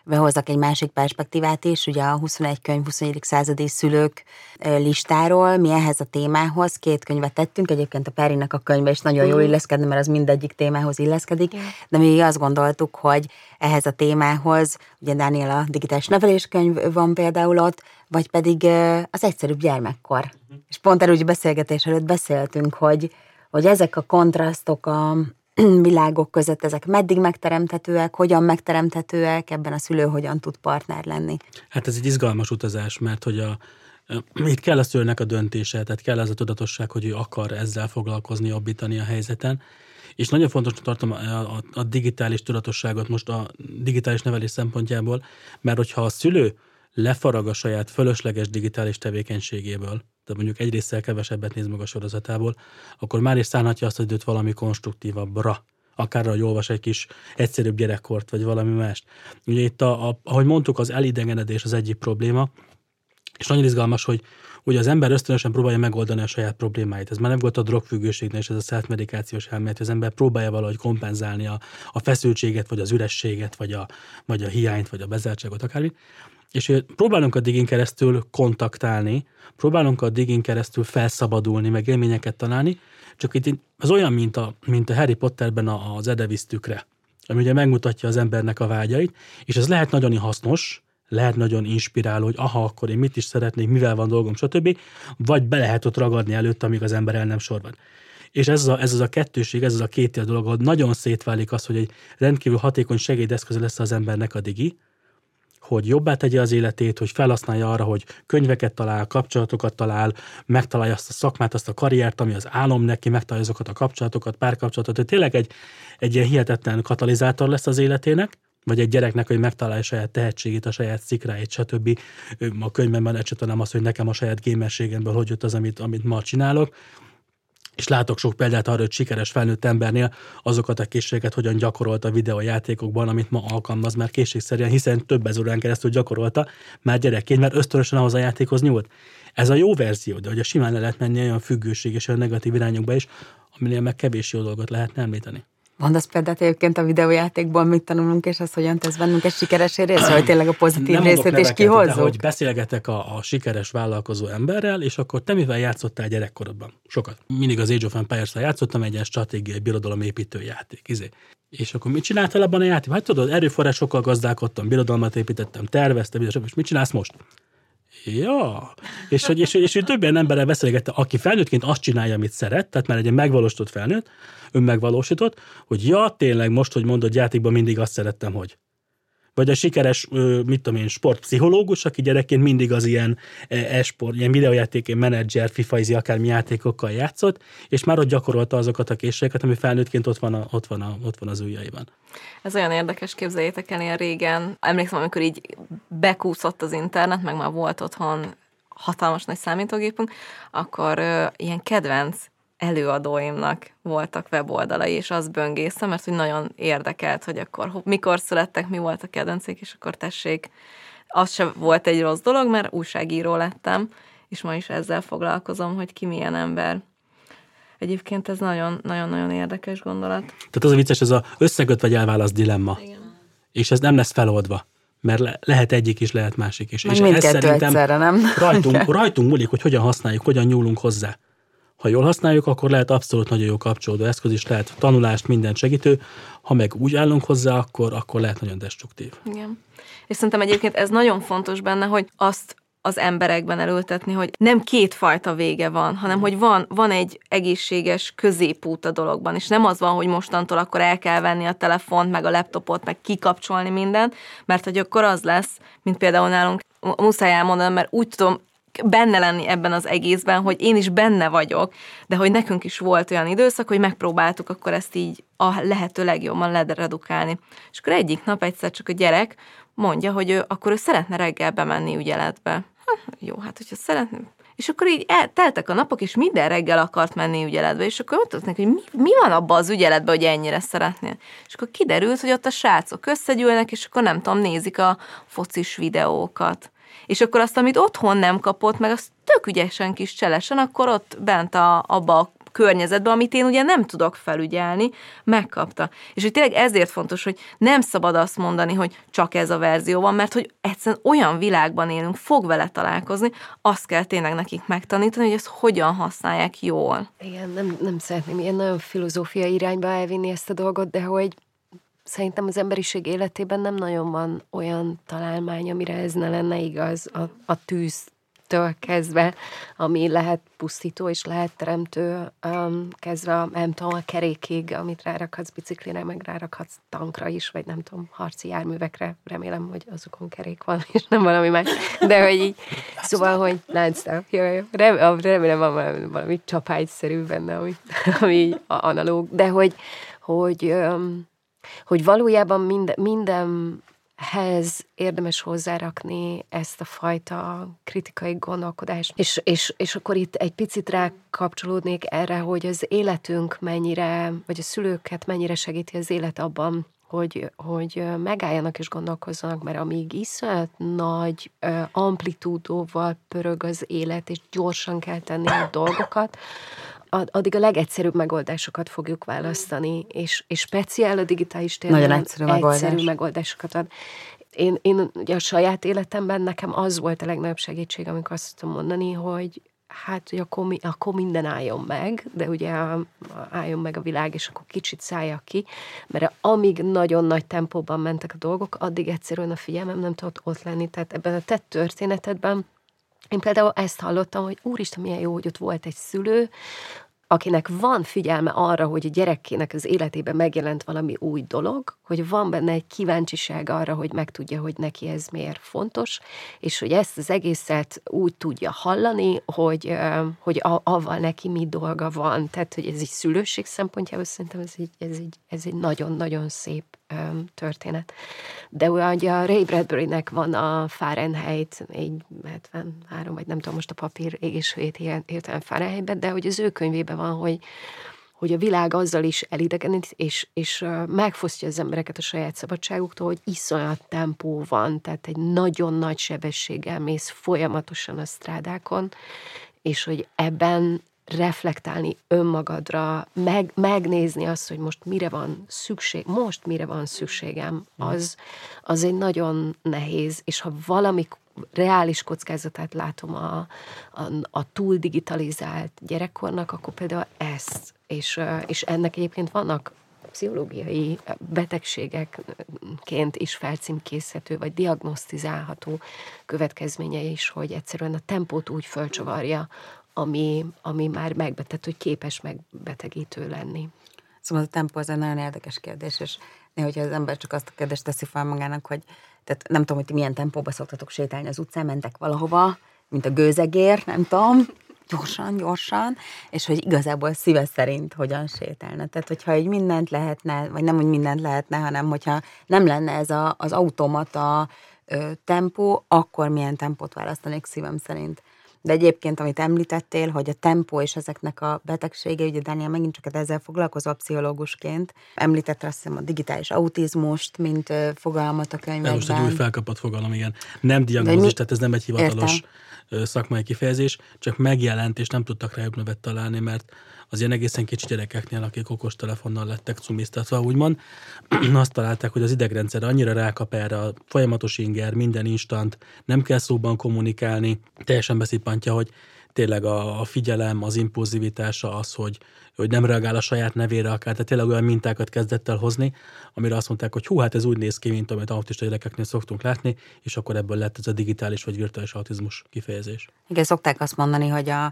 behozzak egy másik perspektívát is, ugye a huszonegy könyv huszonegyedik századi szülők listáról, mi ehhez a témához két könyvet tettünk, egyébként a Perinek a könyve is nagyon jól illeszkedne, mert az mindegyik témához illeszkedik, de mi azt gondoltuk, hogy ehhez a témához, ugye Dániel a digitális neveléskönyv van például ott, vagy pedig az egyszerűbb gyermekkor. És pont erről beszélgetés előtt beszéltünk, hogy, hogy ezek a kontrasztok a világok között, ezek meddig megteremthetőek, hogyan megteremthetőek, ebben a szülő hogyan tud partner lenni. Hát ez egy izgalmas utazás, mert hogy a, itt kell a szülőnek a döntése, tehát kell ez a tudatosság, hogy ő akar ezzel foglalkozni, jobbítani a helyzeten, és nagyon fontosnak tartom a, a, a digitális tudatosságot most a digitális nevelés szempontjából, mert hogyha a szülő lefarag a saját fölösleges digitális tevékenységéből, tehát mondjuk egy résszel kevesebbet néz meg a sorozatából, akkor már is szánhatja azt az időt valami konstruktívabbra, akár hogy olvas egy kis egyszerűbb gyerekkort, vagy valami mást. Ugye itt, a, a, ahogy mondtuk, az elidegenedés az egyik probléma, és nagyon izgalmas, hogy ugye az ember ösztönösen próbálja megoldani a saját problémáit. Ez már nem volt a drogfüggőségnél, és ez a self-medikációs elmélet, az ember próbálja valahogy kompenzálni a, a feszültséget, vagy az ürességet, vagy a, vagy a hiányt, vagy a bezártságot, akármi. És próbálunk a digin keresztül kontaktálni, próbálunk a digin keresztül felszabadulni, meg élményeket találni, csak itt az olyan, mint a, mint a Harry Potterben az Edevis tükre, ami ugye megmutatja az embernek a vágyait, és ez lehet nagyon hasznos, lehet nagyon inspiráló, hogy aha, akkor én mit is szeretnék, mivel van dolgom, stb. Vagy be lehet ott ragadni előtt, amíg az ember el nem sorvad. És ez az a, ez az a kettőség, ez az a két dolog, ahol nagyon szétválik az, hogy egy rendkívül hatékony segédeszköz lesz az embernek a digi, hogy jobbá tegye az életét, hogy felhasználja arra, hogy könyveket talál, kapcsolatokat talál, megtalálja azt a szakmát, azt a karriert, ami az álom neki, megtalálja azokat a kapcsolatokat, párkapcsolatokat, hogy tényleg egy, egy ilyen hihetetlen katalizátor lesz az életének, vagy egy gyereknek, hogy megtalálja a saját tehetségét, a saját szikráit, stb. A könyvemben ecsetelem azt, hogy nekem a saját gémerségemből hogy jött az, amit, amit ma csinálok. És látok sok példát arra, hogy sikeres felnőtt embernél azokat a készségeket hogyan gyakorolta a videójátékokban, amit ma alkalmaz már készségszerűen, hiszen több ezer órán keresztül gyakorolta már gyerekként, mert ösztönösen ahhoz a játékhoz nyúlt. Ez a jó verzió, de hogy a simán le lehet menni olyan függőség és olyan negatív irányokba is, aminél meg kevés jó dolgot lehetne említeni. Mondasz példát egyébként a videójátékból, mit tanulunk, és az hogyan tesz bennünk egy sikeres rész, hogy tényleg a pozitív nem részét is kihozzuk? De hogy beszélgetek a, a sikeres vállalkozó emberrel, és akkor te mivel játszottál gyerekkorodban? Sokat. Mindig az Age of Empires-szel játszottam, egy ilyen stratégiai birodalomépítő játék. Izé. És akkor mit csináltál abban a játékban? Hát tudod, erőforrásokkal gazdálkodtam, birodalmat építettem, terveztem, és mit csinálsz most? Ja, és hogy, és, és, és több ilyen emberrel beszélgettem, aki felnőttként azt csinálja, amit szeret, tehát már egy megvalósított felnőtt, önmegvalósított, hogy ja, tényleg most, hogy mondod, játékban mindig azt szerettem, hogy. Vagy a sikeres, mit tudom én, sportpszichológus, aki gyerekként mindig az ilyen e-sport, ilyen videójáték, menedzser, fifaizi, akármi játékokkal játszott, és már ott gyakorolta azokat a készségeket, ami felnőttként ott van, a, ott van, a, ott van az ujjaiban. Ez olyan érdekes, képzeljétek el, ilyen régen, emlékszem, amikor így bekúszott az internet, meg már volt otthon hatalmas nagy számítógépünk, akkor ö, ilyen kedvenc előadóimnak voltak weboldalai, és azt böngésztem, mert hogy nagyon érdekelt, hogy akkor mikor születtek, mi volt a kedvencék, és akkor tessék. Az se volt egy rossz dolog, mert újságíró lettem, és ma is ezzel foglalkozom, hogy ki milyen ember. Egyébként ez nagyon-nagyon érdekes gondolat. Tehát az a vicces, ez az összeköt vagy elválasz dilemma. Igen. És ez nem lesz feloldva. Mert le, lehet egyik is, lehet másik is. Meg és mindkettő egyszerre, nem? Rajtunk, rajtunk múlik, hogy hogyan használjuk, hogyan nyúlunk hozzá. Ha jól használjuk, akkor lehet abszolút nagyon jó kapcsolódó eszköz is, lehet tanulást, mindent segítő. Ha meg úgy állunk hozzá, akkor, akkor lehet nagyon destruktív. Igen. És szerintem egyébként ez nagyon fontos benne, hogy azt az emberekben elültetni, hogy nem kétfajta vége van, hanem hogy van, van egy egészséges középút a dologban, és nem az van, hogy mostantól akkor el kell venni a telefont, meg a laptopot, meg kikapcsolni mindent, mert hogy akkor az lesz, mint például nálunk, muszáj elmondanom, mert úgy tudom benne lenni ebben az egészben, hogy én is benne vagyok, de hogy nekünk is volt olyan időszak, hogy megpróbáltuk akkor ezt így a lehető legjobban leredukálni. És akkor egyik nap egyszer csak a gyerek mondja, hogy ő, akkor ő szeretne reggel bemenni ügyeletbe. Ha, jó, hát hogyha szeretne. És akkor így teltek a napok, és minden reggel akart menni ügyeletbe, és akkor mondtuk neki, hogy mi, mi van abban az ügyeletben, hogy ennyire szeretnél. És akkor kiderült, hogy ott a srácok összegyűlnek, és akkor nem tudom, nézik a focis videókat. És akkor azt, amit otthon nem kapott, meg azt tök ügyesen kis cselesen, akkor ott bent a, abba a környezetbe, amit én ugye nem tudok felügyelni, megkapta. És hogy tényleg ezért fontos, hogy nem szabad azt mondani, hogy csak ez a verzió van, mert hogy egyszerűen olyan világban élünk, fog vele találkozni, azt kell tényleg nekik megtanítani, hogy ezt hogyan használják jól. Igen, nem, nem szeretném ilyen nagyon filozófiai irányba elvinni ezt a dolgot, de hogy szerintem az emberiség életében nem nagyon van olyan találmány, amire ez ne lenne igaz, a, a tűztől kezdve, ami lehet pusztító és lehet teremtő, um, kezdve, nem tudom, a kerékig, amit rárakhatsz biciklire, meg rárakhatsz tankra is, vagy nem tudom, harci járművekre, remélem, hogy azokon kerék van, és nem valami más, de hogy így, szóval, hogy lánctál, jó, jó, remélem van valami, valami csapágyszerű benne, ami, ami analóg, de hogy, hogy um, hogy valójában minden, mindenhez érdemes hozzárakni ezt a fajta kritikai gondolkodást. És, és, és akkor itt egy picit rákapcsolódnék erre, hogy az életünk mennyire, vagy a szülőket mennyire segíti az élet abban, hogy, hogy megálljanak és gondolkozzanak, mert amíg iszonyat nagy amplitúdóval pörög az élet, és gyorsan kell tenni a dolgokat, addig a legegyszerűbb megoldásokat fogjuk választani, és, és speciál a digitális térben nagyon egyszerű, megoldás. egyszerű megoldásokat ad. Én, én ugye a saját életemben nekem az volt a legnagyobb segítség, amikor azt tudom mondani, hogy hát, hogy akkor, akkor minden álljon meg, de ugye álljon meg a világ, és akkor kicsit szálljak ki, mert amíg nagyon nagy tempóban mentek a dolgok, addig egyszerűen a figyelmem nem tudott ott lenni. Tehát ebben a te történetedben én például ezt hallottam, hogy úristen, milyen jó, hogy ott volt egy szülő, akinek van figyelme arra, hogy a gyerekének az életében megjelent valami új dolog, hogy van benne egy kíváncsiság arra, hogy megtudja, hogy neki ez miért fontos, és hogy ezt az egészet úgy tudja hallani, hogy, hogy avval neki mi dolga van. Tehát, hogy ez egy szülőség szempontjából szerintem ez egy, ez egy, ez egy nagyon-nagyon szép történet. De ugye a Ray Bradburynek van a Fahrenheit négyszázhetvenhárom, vagy nem tudom most a papír égés hirtelen Fahrenheitben, de hogy az ő könyvében van, hogy, hogy a világ azzal is elidegenít, és, és megfosztja az embereket a saját szabadságuktól, hogy iszonyat tempó van, tehát egy nagyon nagy sebességgel mész folyamatosan a strádákon, és hogy ebben reflektálni önmagadra, meg, megnézni azt, hogy most mire van szükség, most mire van szükségem, az, az egy nagyon nehéz, és ha valami reális kockázatát látom a, a, a túl digitalizált gyerekkornak, akkor például ezt, és, és ennek egyébként vannak pszichológiai betegségekként is felcímkézhető, vagy diagnosztizálható következménye is, hogy egyszerűen a tempót úgy fölcsavarja, ami, ami már megbetett, hogy képes megbetegítő lenni. Szóval a tempó az egy nagyon érdekes kérdés, és néha, hogyha az ember csak azt a kérdést teszi fel magának, hogy tehát nem tudom, hogy ti milyen tempóba szoktatok sétálni az utcán, mentek valahova, mint a gőzegér, nem tudom, gyorsan, gyorsan, és hogy igazából szíve szerint hogyan sétálna. Tehát, hogyha így mindent lehetne, vagy nem, hogy mindent lehetne, hanem hogyha nem lenne ez a, az automata ö, tempó, akkor milyen tempót választanék szívem szerint. De egyébként, amit említettél, hogy a tempó és ezeknek a betegsége, ugye Dániel megint csak ezzel foglalkozva pszichológusként, említette azt hiszem a digitális autizmust, mint fogalmat a könyvekben. Most egy új felkapott fogalom, igen. Nem diagnózis, tehát ez nem egy hivatalos Értem. szakmai kifejezés, csak megjelent, és nem tudtak rájuk nevet találni, mert az ilyen egészen kicsi gyerekeknél, akik okostelefonnal lettek cumisztatva, úgymond, azt találták, hogy az idegrendszer annyira rákap erre a folyamatos inger, minden instant, nem kell szóban kommunikálni, teljesen beszippantja, hogy tényleg a, a figyelem, az impulzivitása, az, hogy, hogy nem reagál a saját nevére akár, tehát tényleg olyan mintákat kezdett el hozni, amire azt mondták, hogy hú, hát ez úgy néz ki, mint amit autista gyerekeknél szoktunk látni, és akkor ebből lett ez a digitális vagy virtuális autizmus kifejezés. Igen, szokták azt mondani, hogy a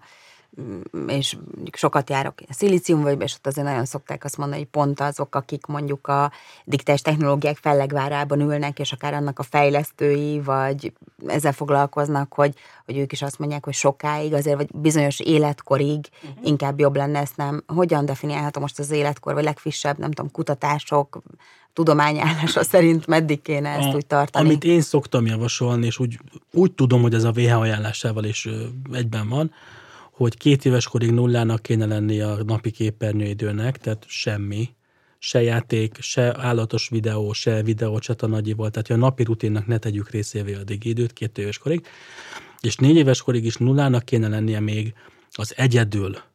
és sokat járok a szilíciumvölgybe, és ott azért nagyon szokták azt mondani, hogy pont azok, akik mondjuk a digitális technológiák fellegvárában ülnek, és akár annak a fejlesztői, vagy ezzel foglalkoznak, hogy, hogy ők is azt mondják, hogy sokáig, azért, vagy bizonyos életkorig uh-huh. inkább jobb lenne, ezt nem. Hogyan definiálhatom most az életkor, vagy legfrissebb, nem tudom, kutatások, tudományállása szerint meddig kéne ezt a, úgy tartani? Amit én szoktam javasolni, és úgy, úgy tudom, hogy ez a vé há ajánlásával is egyben van, hogy két éves korig nullának kéne lenni a napi képernyőidőnek, tehát semmi, se játék, se állatos videó, se videó csata nagyival, tehát a napi rutinnak ne tegyük részévé a digidőt két éves korig, és négy éves korig is nullának kéne lennie még az egyedül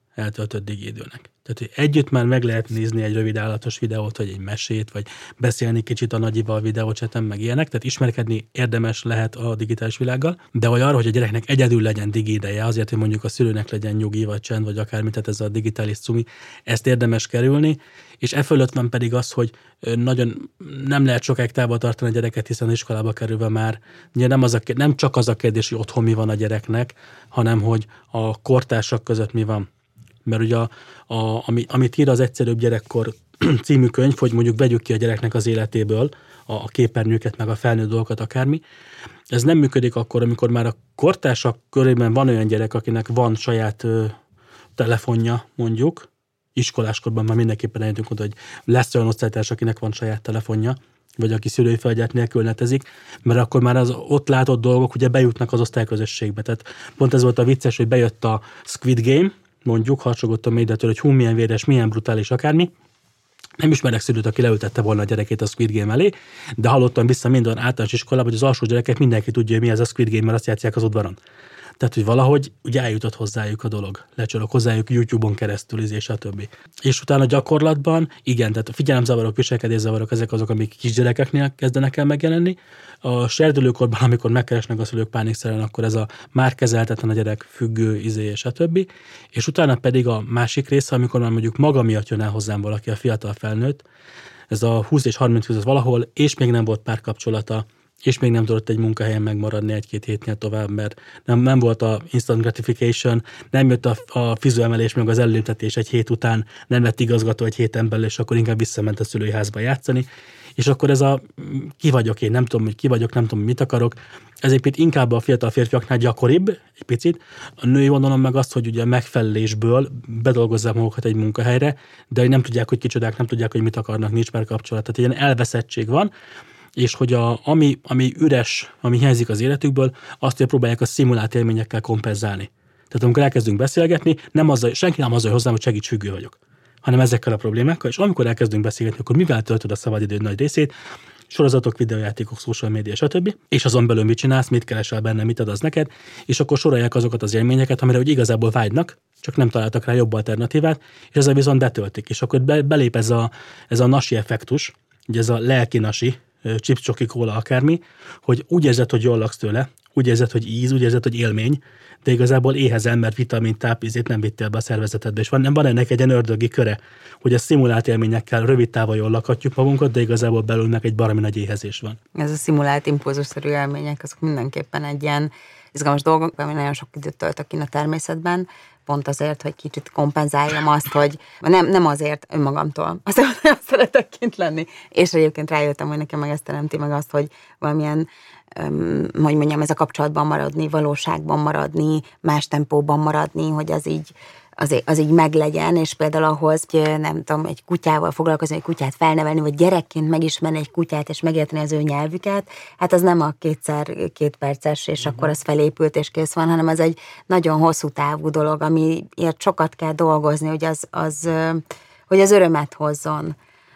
eltöltött digidőnek. Tehát, hogy együtt már meg lehet nézni egy rövid állatos videót, vagy egy mesét, vagy beszélni kicsit a nagyival videócseten, meg ilyenek, tehát ismerkedni érdemes lehet a digitális világgal, de hogy arra, hogy a gyereknek egyedül legyen digi ideje, azért, hogy mondjuk a szülőnek legyen nyugi, vagy csend, vagy akármi, tehát ez a digitális cumi, ezt érdemes kerülni, és e fölött van pedig az, hogy nagyon nem lehet sokáig távol tartani a gyereket, hiszen az iskolába kerülve már ugye nem, az a, nem csak az a kérdés, hogy otthon mi van a gyereknek, hanem hogy a kortársak között mi van. Mert ugye, a, a, ami, amit ír az Egyszerűbb gyerekkor című könyv, hogy mondjuk vegyük ki a gyereknek az életéből a, a képernyőket, meg a felnőtt dolgokat, akármi, ez nem működik akkor, amikor már a kortársak körében van olyan gyerek, akinek van saját ö, telefonja, mondjuk, iskoláskorban már mindenképpen eljöttünk oda, hogy lesz olyan osztálytárs, akinek van saját telefonja, vagy aki szülői felügyelet nélkül netezik, mert akkor már az ott látott dolgok ugye bejutnak az osztályközösségbe. Tehát pont ez volt a vicces, hogy bejött a Squid Game, mondjuk, harcsogott a médiától, hogy hú, milyen véres, milyen brutális, akármi. Nem ismerek szülőt, aki leültette volna a gyerekét a Squid Game elé, de hallottam vissza minden általános iskolában, hogy az alsó gyerekek mindenki tudja, hogy mi ez a Squid Game, mert azt játszják az udvaron. Tehát, hogy valahogy ugye eljutott hozzájuk a dolog. Lecsorog hozzájuk YouTube-on keresztül, és a többi. És utána gyakorlatban, igen, tehát a figyelemzavarok, viselkedészavarok, ezek azok, amik kisgyerekeknél kezdenek el megjelenni. A serdülőkorban, amikor megkeresnek a szülők pánikszerűen, akkor ez a már kezelhetetlen a gyerek, függő, izé, és a többi. És utána pedig a másik része, amikor már mondjuk maga miatt jön el hozzám valaki, a fiatal felnőtt, ez a húsz és harminc között valahol, és még nem volt párkapcsolata, és még nem tudott egy munkahelyen megmaradni egy-két hétnél tovább, mert nem, nem volt a instant gratification, nem jött a, a fizuemelés, meg az előltetés egy hét után, nem lett igazgató egy héten belül, és akkor inkább visszament a szülői házba játszani, és akkor ez a ki vagyok én, nem tudom, hogy ki vagyok, nem tudom, mit akarok, ez egy picit inkább a fiatal férfiaknál gyakoribb, egy picit. A női oldalon meg azt, hogy ugye megfelelésből bedolgozzák magukat egy munkahelyre, de hogy nem tudják, hogy kicsodák, nem tudják, hogy mit akarnak, nincs már kapcsolat. Tehát ilyen elveszettség van, és hogy a, ami, ami üres, ami hiányzik az életükből, azt, hogy próbálják a szimulált élményekkel kompenzálni. Tehát amikor elkezdünk beszélgetni, nem azzal, senki nem azzal hozzám, hogy segítségű vagyok, hanem ezekkel a problémákkal, és amikor elkezdünk beszélgetni, akkor mivel töltöd a szabadidőd nagy részét, sorozatok, videójátékok, social media, stb. És azon belül mit csinálsz, mit keresel benne, mit ad az neked, és akkor sorolják azokat az élményeket, amire úgy igazából vágynak, csak nem találtak rá jobb alternatívát, és ezzel viszont betöltik. És akkor be, belép ez a, ez a nasi effektus, ugye ez a lelki nasi, chips, csoki, kóla, akármi, hogy úgy érzed, hogy jól laksz tőle, úgy érzed, hogy íz, úgy érzed, hogy élmény, de igazából éhezel, mert vitamin, tápízét nem vittél be a szervezetedbe. És van, van ennek egy ilyen ördögi köre, hogy a szimulált élményekkel rövid távon jól lakhatjuk magunkat, de igazából belül meg egy baromi nagy éhezés van. Ez a szimulált impulzusszerű élmények, azok mindenképpen egy ilyen izgalmas dolgok, ami nagyon sok időt töltök ki a természetben, pont azért, hogy kicsit kompenzáljam azt, hogy nem, nem azért önmagamtól, azért nem szeretek kint lenni. És egyébként rájöttem, hogy nekem meg ezt teremti meg azt, hogy valamilyen, um, hogy mondjam, ez a kapcsolatban maradni, valóságban maradni, más tempóban maradni, hogy az így, az, az így meglegyen, és például ahhoz, hogy nem tudom, egy kutyával foglalkozni, egy kutyát felnevelni, vagy gyerekként megismerni egy kutyát, és megérteni az ő nyelvüket, hát az nem a kétszer két perces, és mm-hmm. akkor az felépült, és kész van, hanem az egy nagyon hosszú távú dolog, amiért sokat kell dolgozni, hogy az, az, hogy az örömet hozzon.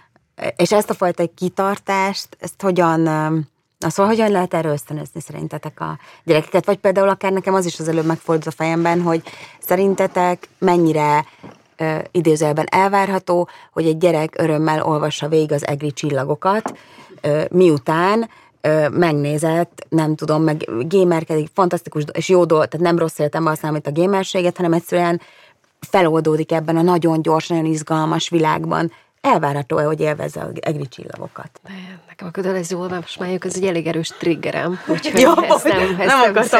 És ezt a fajta kitartást, ezt hogyan... Szóval hogyan lehet erről ösztönözni szerintetek a gyerekeket? Vagy például akár nekem az is az előbb megfordult a fejemben, hogy szerintetek mennyire ö, idézőjelben elvárható, hogy egy gyerek örömmel olvassa végig az egri csillagokat, ö, miután ö, megnézett, nem tudom, meg gamerkedik, fantasztikus és jó dolog, tehát nem rossz értelemben használom itt a gamerséget, hanem egyszerűen feloldódik ebben a nagyon gyors, nagyon izgalmas világban. Elvárható-e, hogy élvezze az egri csillagokat? Nekem a kötelező olvasmányok, ez egy elég erős triggerem, úgyhogy ja, ezt nem, ezt nem akartam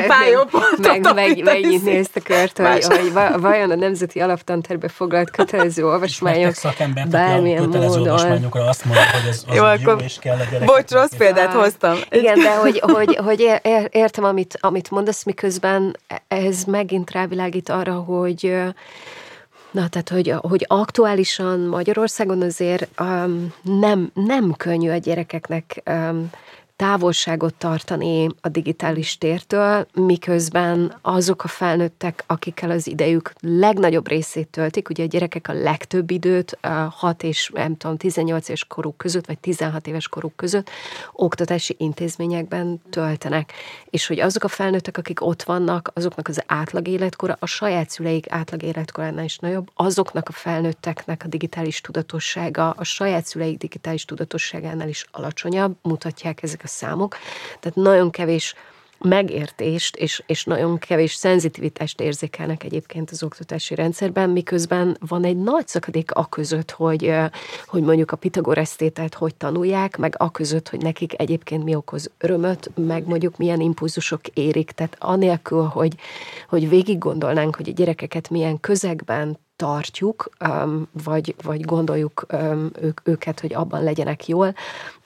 meg, meg, megnyitni ezt a kört, hogy, hogy vajon a Nemzeti Alaptantervbe foglalt kötelező olvasmányok bármilyen módon. Kötelező olvasmányokra azt mondja, hogy ez az jó, jó, akkor, és kell a gyerekek. Bocs, rossz példát hoztam. Igen, de hogy, hogy, hogy értem, amit, amit mondasz, miközben ez megint rávilágít arra, hogy Na, tehát, hogy, hogy aktuálisan Magyarországon azért um, nem, nem könnyű a gyerekeknek um, távolságot tartani a digitális tértől, miközben azok a felnőttek, akikkel az idejük legnagyobb részét töltik, ugye a gyerekek a legtöbb időt hat és nem tudom, tizennyolc éves koruk között, vagy tizenhat éves koruk között oktatási intézményekben töltenek. És hogy azok a felnőttek, akik ott vannak, azoknak az átlag életkora, a saját szüleik átlag életkoránál is nagyobb, azoknak a felnőtteknek a digitális tudatossága, a saját szüleik digitális tudatosságánál is alacsonyabb, mutatják ezek a számok. Tehát nagyon kevés megértést és, és nagyon kevés szenzitivitást érzékelnek egyébként az oktatási rendszerben, miközben van egy nagy szakadék aközött, hogy, hogy mondjuk a Pitagoresz tételt hogy tanulják, meg aközött, hogy nekik egyébként mi okoz örömöt, meg mondjuk milyen impulzusok érik. Tehát anélkül, hogy, hogy végig gondolnánk, hogy a gyerekeket milyen közegben tartjuk, vagy, vagy gondoljuk ők, őket, hogy abban legyenek jól,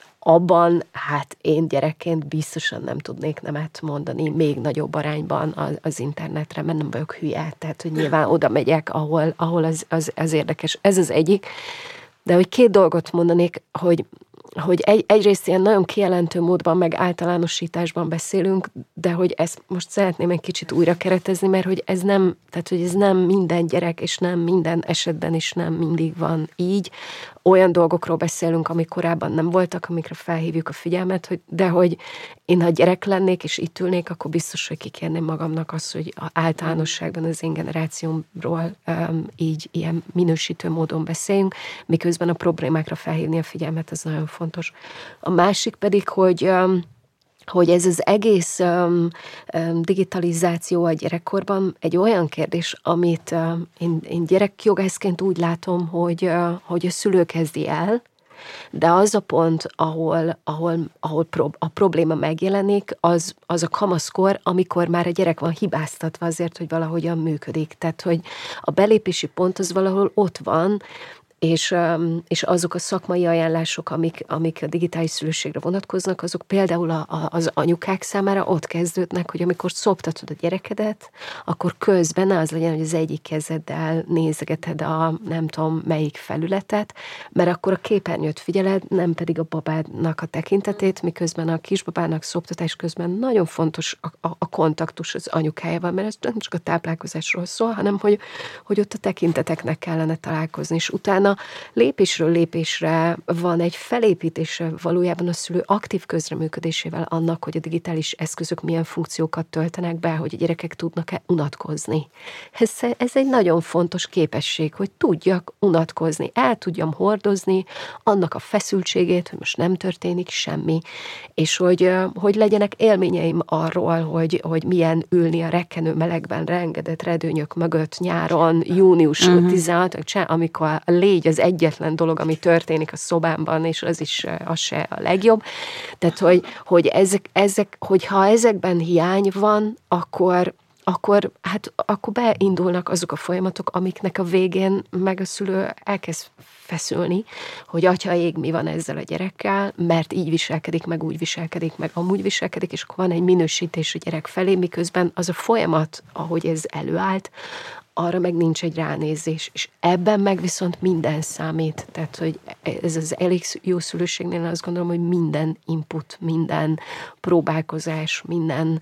abban, hát én gyerekként biztosan nem tudnék nemet mondani még nagyobb arányban az, az internetre, mert nem vagyok hülye, tehát hogy nyilván oda megyek, ahol, ahol az, az, az érdekes. Ez az egyik. De hogy két dolgot mondanék, hogy hogy egy, egyrészt ilyen nagyon kijelentő módban, meg általánosításban beszélünk, de hogy ezt most szeretném egy kicsit újra keretezni, mert hogy ez nem, tehát hogy ez nem minden gyerek, és nem minden esetben is nem mindig van így. Olyan dolgokról beszélünk, amik korábban nem voltak, amikre felhívjuk a figyelmet, hogy, de hogy én, ha gyerek lennék, és itt ülnék, akkor biztos, hogy kikérném magamnak azt, hogy általánosságban az én generációmról um, így ilyen minősítő módon beszéljünk, miközben a problémákra felhívni a figyelmet, ez nagyon fontos. A másik pedig, hogy um, hogy ez az egész um, um, digitalizáció a gyerekkorban egy olyan kérdés, amit uh, én, én gyerekjogászként úgy látom, hogy, uh, hogy a szülő kezdi el, de az a pont, ahol, ahol, ahol prob- a probléma megjelenik, az, az a kamaszkor, amikor már a gyerek van hibáztatva azért, hogy valahogyan működik. Tehát, hogy a belépési pont az valahol ott van, És, és azok a szakmai ajánlások, amik, amik a digitális szülőségre vonatkoznak, azok például a, a, az anyukák számára ott kezdődnek, hogy amikor szoptatod a gyerekedet, akkor közben ne az legyen, hogy az egyik kezeddel nézegeted a nem tudom melyik felületet, mert akkor a képernyőt figyeled, nem pedig a babádnak a tekintetét, miközben a kisbabának szoptatás közben nagyon fontos a, a, a kontaktus az anyukájával, mert ez nem csak a táplálkozásról szól, hanem hogy, hogy ott a tekinteteknek kellene találkozni, és utána lépésről lépésre van egy felépítése valójában a szülő aktív közreműködésével annak, hogy a digitális eszközök milyen funkciókat töltenek be, hogy a gyerekek tudnak-e unatkozni. Ez, ez egy nagyon fontos képesség, hogy tudjak unatkozni, el tudjam hordozni annak a feszültségét, hogy most nem történik semmi, és hogy, hogy legyenek élményeim arról, hogy, hogy milyen ülni a rekkenő melegben reengedett redőnyök mögött nyáron, június uh-huh. tizenhatodikán, amikor a légy az egyetlen dolog, ami történik a szobámban, és az is az se a legjobb. Tehát, hogy, hogy ezek, ezek, hogyha ezekben hiány van, akkor, akkor, hát, akkor beindulnak azok a folyamatok, amiknek a végén meg a szülő elkezd feszülni, hogy atya ég, mi van ezzel a gyerekkel, mert így viselkedik, meg úgy viselkedik, meg amúgy viselkedik, és akkor van egy minősítés a gyerek felé, miközben az a folyamat, ahogy ez előállt, arra meg nincs egy ránézés, és ebben meg viszont minden számít. Tehát, hogy ez az elég jó szülőségnél azt gondolom, hogy minden input, minden próbálkozás, minden,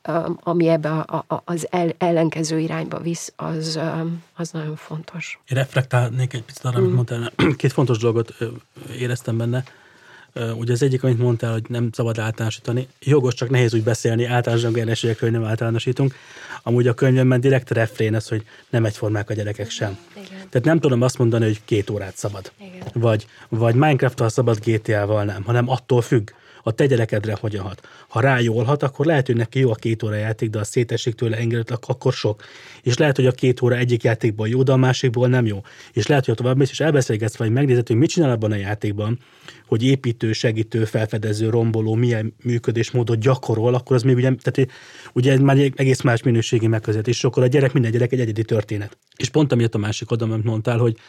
ami ebbe a, a, az ellenkező irányba visz, az, az nagyon fontos. Én reflektálnék egy picit arra, amit mm. mondtál. Két fontos dolgot éreztem benne. Ugye az egyik, amit mondtál, hogy nem szabad általánosítani. Jogos, csak nehéz úgy beszélni, általánosan jelenségekről nem általánosítunk. Amúgy a könyvemben direkt refrén az, hogy nem egyformák a gyerekek sem. Igen. Tehát nem tudom azt mondani, hogy két órát szabad. Igen. Vagy, vagy Minecraft-tal szabad, gé té á-val nem, hanem attól függ, a te gyerekedre hogyan hat. Ha rá jól hat, akkor lehet, hogy neki jó a két óra játék, de a szétesik tőle engedetlen, akkor sok. És lehet, hogy a két óra egyik játékból jó, de a másikból nem jó. És lehet, hogy tovább mész, és elbeszélgetsz, vagy megnézed, hogy mit csinál abban a játékban, hogy építő, segítő, felfedező, romboló, milyen működésmódot gyakorol, akkor az még ugye, tehát ugye ez már egész más minőségi megközelítés, és akkor a gyerek, minden gyerek egy egyedi történet. És pont amiatt a másik oldalon, amit mondtál, hogy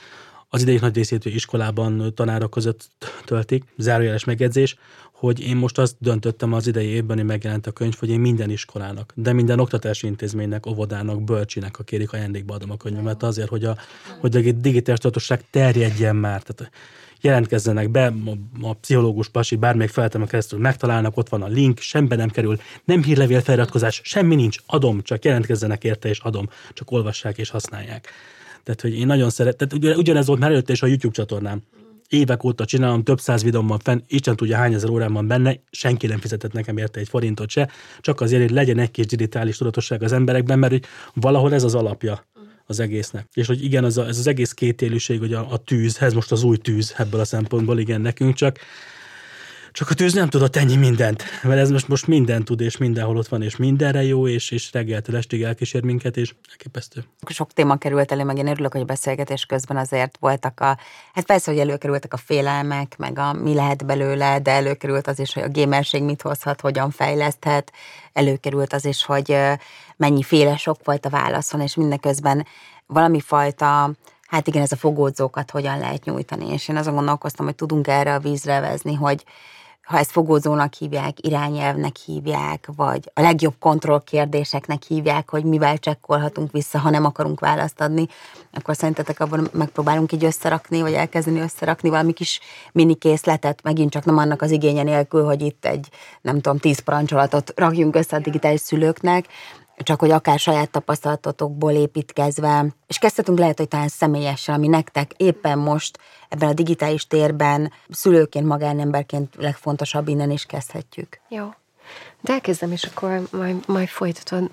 az idejük nagy részét iskolában tanárok között töltik, zárójeles megjegyzés, hogy én most azt döntöttem az idei évben, hogy megjelent a könyv, hogy én minden iskolának, de minden oktatási intézménynek, óvodának, bölcsinek, ha kérik, ajándékba adom a könyvemet azért, hogy a, hogy a digitális tudatosság terjedjen már. Tehát jelentkezzenek be, a, a pszichológus pasi bármelyik feltemen keresztül megtalálnak, ott van a link, semmibe nem kerül, nem hírlevél feliratkozás, semmi nincs, adom, csak jelentkezzenek érte és adom, csak olvassák és használják. Tehát, hogy én nagyon szeretem, tehát ugyanez volt már előtte is a YouTube csatornám. Évek óta csinálom, több száz videóm van fenn, Isten tudja hány ezer órán van benne, senki nem fizetett nekem érte egy forintot se, csak azért, hogy legyen egy kis digitális tudatosság az emberekben, mert hogy valahol ez az alapja az egésznek. És hogy igen, az a, ez az egész kétélűség, hogy a, a tűz, ez most az új tűz ebből a szempontból, igen, nekünk csak, csak a tűz nem tudott ennyi mindent, mert ez most, most mindent tud, és mindenhol ott van, és mindenre jó, és, és reggeltől estig elkísér minket, és elképesztő. Sok téma került elő, meg én örülök, hogy a beszélgetés közben azért voltak a, hát persze, hogy előkerültek a félelmek, meg a mi lehet belőle, de előkerült az is, hogy a gamerség mit hozhat, hogyan fejleszthet, előkerült az is, hogy mennyiféle sokfajta válasz van, és mindeközben valami fajta, hát igen, ez a fogódzókat hogyan lehet nyújtani, és én azon gondolkoztam, hogy tudunk erre a vízre vezni, hogy ha ezt fogódzónak hívják, irányelvnek hívják, vagy a legjobb kontrollkérdéseknek hívják, hogy mivel csekkolhatunk vissza, ha nem akarunk választ adni, akkor szerintetek abban megpróbálunk így összerakni, vagy elkezdeni összerakni valami kis mini készletet, megint csak nem annak az igénye nélkül, hogy itt egy, nem tudom, tíz parancsolatot rakjunk össze a digitális szülőknek, csak hogy akár saját tapasztalatotokból építkezve, és kezdhetünk lehet, hogy talán személyesen, ami nektek éppen most ebben a digitális térben szülőként, magánemberként legfontosabb, innen is kezdhetjük. Jó. De elkezdem, és akkor majd, majd folytatod.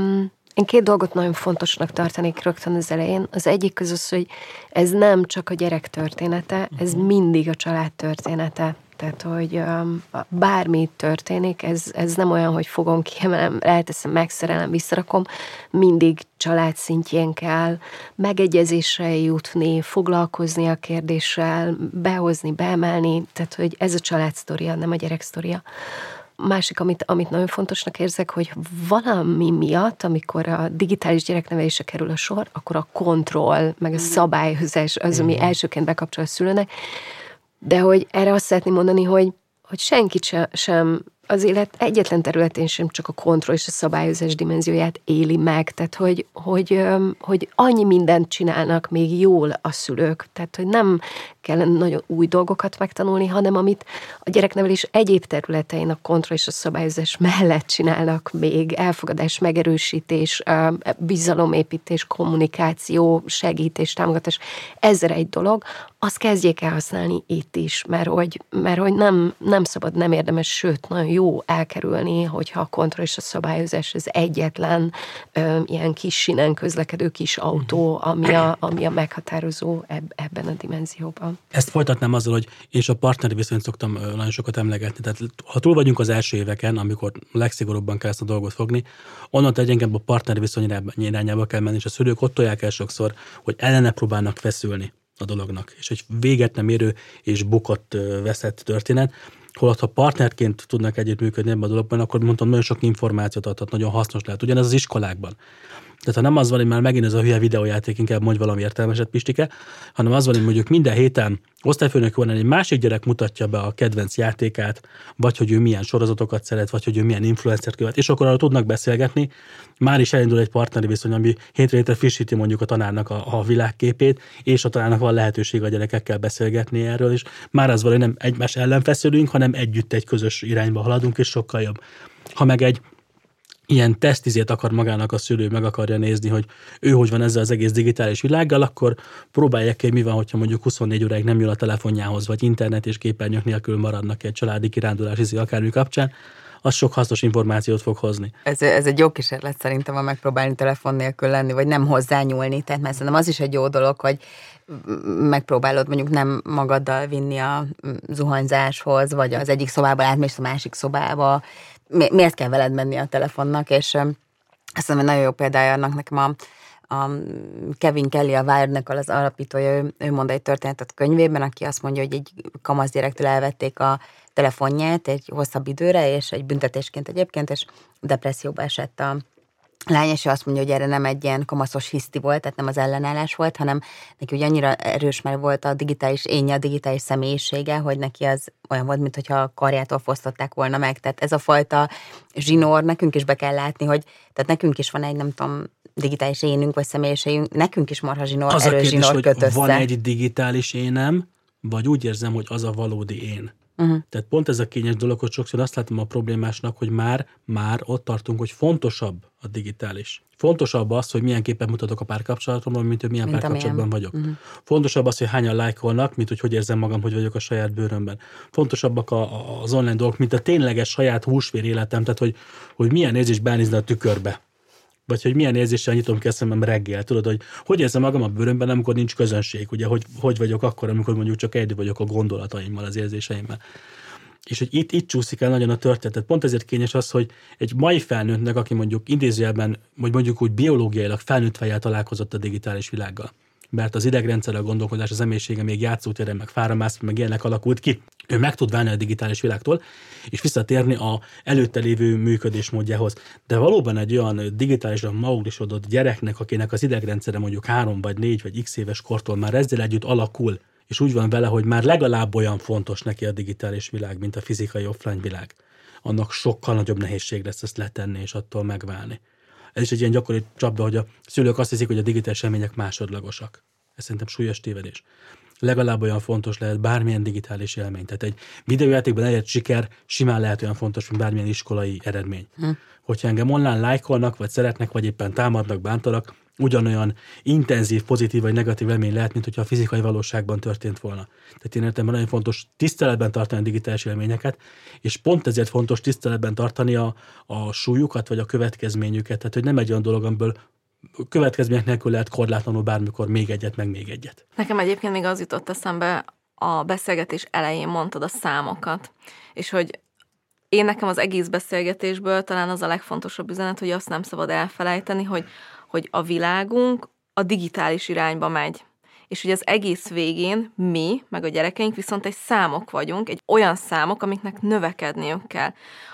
Én két dolgot nagyon fontosnak tartanék rögtön az elején. Az egyik az az, hogy ez nem csak a gyerek története, ez mindig a család története. Tehát, hogy um, bármi történik, ez, ez nem olyan, hogy fogom, kiemelem, elteszem, megszerelem, visszarakom, mindig család szintjén kell megegyezésre jutni, foglalkozni a kérdéssel, behozni, beemelni, tehát, hogy ez a család sztoria, nem a gyerek sztoria. Másik, amit, amit nagyon fontosnak érzek, hogy valami miatt, amikor a digitális gyereknevelésre kerül a sor, akkor a kontroll, meg a szabályozás az, ami elsőként bekapcsol a szülőnek, de hogy erre azt szeretném mondani, hogy, hogy senkit sem, sem az élet egyetlen területén sem csak a kontroll és a szabályozás dimenzióját éli meg, tehát hogy, hogy, hogy annyi mindent csinálnak még jól a szülők, tehát hogy nem kellene nagyon új dolgokat megtanulni, hanem amit a gyereknevelés egyéb területein a kontroll és a szabályozás mellett csinálnak még, elfogadás, megerősítés, bizalomépítés, kommunikáció, segítés, támogatás, ezer egy dolog, azt kezdjék el használni itt is, mert hogy, mert hogy nem, nem szabad, nem érdemes, sőt, nagyon jó elkerülni, hogyha a kontroll és a szabályozás az egyetlen ö, ilyen kis sinen közlekedő kis autó, ami a, ami a meghatározó eb, ebben a dimenzióban. Ezt folytatnám azzal, hogy és a partneri viszonyt szoktam nagyon sokat emlegetni. Tehát ha túl vagyunk az első éveken, amikor legszigorúbban kell ezt a dolgot fogni, onnantól egyébként a partneri viszony irányába kell menni, és a szülők ott tolják el sokszor, hogy ellene próbálnak feszülni a dolognak, és egy véget nem érő és bukott veszett történet. Holott, ha partnerként tudnak együttműködni ebben a dologban, akkor mondtam, nagyon sok információt adhat, nagyon hasznos lehet. Ugyanez az iskolákban. Tehát ha nem az van, hogy már megint ez a hülye videójáték, inkább mondj valami értelmeset, Pistike, hanem az van, hogy mondjuk minden héten osztályfőnök van, egy másik gyerek mutatja be a kedvenc játékát, vagy hogy ő milyen sorozatokat szeret, vagy hogy ő milyen influencert követ, és akkor arra tudnak beszélgetni. Már is elindul egy partneri viszony, ami hétre hétre frissíti mondjuk a tanárnak a, a világképét, és a tanárnak van lehetőség a gyerekekkel beszélgetni erről, és már az van, hogy nem egymás ellen feszülünk, hanem együtt egy közös irányba haladunk, és sokkal jobb. Ha meg egy ilyen tesztizét akar magának a szülő, meg akarja nézni, hogy ő hogy van ezzel az egész digitális világgal, akkor próbálják ki, hogy mi van, hogyha mondjuk huszonnégy óráig nem jön a telefonjához, vagy internet és képernyők nélkül maradnak egy családi kirándulás, hiszi akármi kapcsán, az sok hasznos információt fog hozni. Ez, ez egy jó kísérlet szerintem, ha megpróbálni telefon nélkül lenni, vagy nem hozzányúlni. Tehát mert szerintem az is egy jó dolog, hogy megpróbálod mondjuk nem magaddal vinni a zuhanyzáshoz, vagy az egyik szobába átmész a másik szobába. Miért kell veled menni a telefonnak? És azt hiszem, hogy nagyon jó példája annak nekem a, a Kevin Kelly, a Wired-nek az alapítója, ő, ő mond egy történetet a könyvében, aki azt mondja, hogy egy kamasz gyerektől elvették a telefonját egy hosszabb időre, és egy büntetésként egyébként, és depresszióba esett a, lányos azt mondja, hogy erre nem egy ilyen kamaszos hiszti volt, tehát nem az ellenállás volt, hanem neki ugye annyira erős már volt a digitális énje, a digitális személyisége, hogy neki az olyan volt, mintha a karjától fosztották volna meg. Tehát ez a fajta zsinór, nekünk is be kell látni, hogy tehát nekünk is van egy, nem tudom, digitális énünk, vagy személyiségünk, nekünk is marha zsinór, az erős zsinór köt össze. Van egy digitális énem, vagy úgy érzem, hogy az a valódi én. Uh-huh. Tehát pont ez a kényes dolog, hogy sokszor azt látom a problémásnak, hogy már, már ott tartunk, hogy fontosabb a digitális. Fontosabb az, hogy milyen képet mutatok a párkapcsolatomban, mint hogy milyen mint párkapcsolatban vagyok. Uh-huh. Fontosabb az, hogy hányan lájkolnak, mint hogy hogy érzem magam, hogy vagyok a saját bőrömben. Fontosabbak a, a, az online dolgok, mint a tényleges saját húsvér életem, tehát hogy, hogy milyen érzés benézni a tükörbe. Vagy hogy milyen érzéssel nyitom ki a szemem reggel, tudod, hogy hogy érzem magam a bőrömben, amikor nincs közönség, ugye, hogy, hogy vagyok akkor, amikor mondjuk csak egyedül vagyok a gondolataimmal, az érzéseimmel. És hogy itt, itt csúszik el nagyon a történet. Pont ezért kényes az, hogy egy mai felnőttnek, aki mondjuk idézőjelben, vagy mondjuk úgy biológiailag felnőtt fejjel találkozott a digitális világgal. Mert az idegrendszer, a gondolkodás, az emészsége még játszótéren, meg fáramász, meg ilyenek alakult ki. Ő meg tud válni a digitális világtól, és visszatérni a előtte lévő működésmódjához. De valóban egy olyan digitálisan mauglisodott gyereknek, akinek az idegrendszere mondjuk három vagy négy vagy x éves kortól már ezzel együtt alakul, és úgy van vele, hogy már legalább olyan fontos neki a digitális világ, mint a fizikai offline világ, annak sokkal nagyobb nehézség lesz ezt letenni és attól megválni. Ez is egy ilyen gyakori csapda, hogy a szülők azt hiszik, hogy a digitális élmények másodlagosak. Ez szerintem súlyos tévedés. Legalább olyan fontos lehet bármilyen digitális élmény. Tehát egy videójátékban elért siker simán lehet olyan fontos, mint bármilyen iskolai eredmény. Hm. Hogyha engem online lájkolnak, vagy szeretnek, vagy éppen támadnak, bántanak, ugyanolyan intenzív, pozitív vagy negatív élmény lehet, mint hogyha a fizikai valóságban történt volna. Tehát én értem, nagyon fontos tiszteletben tartani a digitális élményeket, és pont ezért fontos tiszteletben tartani a, a súlyukat, vagy a következményüket. Tehát, hogy nem egy olyan dolog, amiből következmények nélkül lehet korlátlanul bármikor még egyet, meg még egyet. Nekem egyébként még az jutott eszembe, a beszélgetés elején mondtad a számokat, és hogy én nekem az egész beszélgetésből talán az a legfontosabb üzenet, hogy azt nem szabad elfelejteni, hogy, hogy a világunk a digitális irányba megy. És hogy az egész végén mi, meg a gyerekeink viszont egy számok vagyunk, egy olyan számok, amiknek növekedniük kell.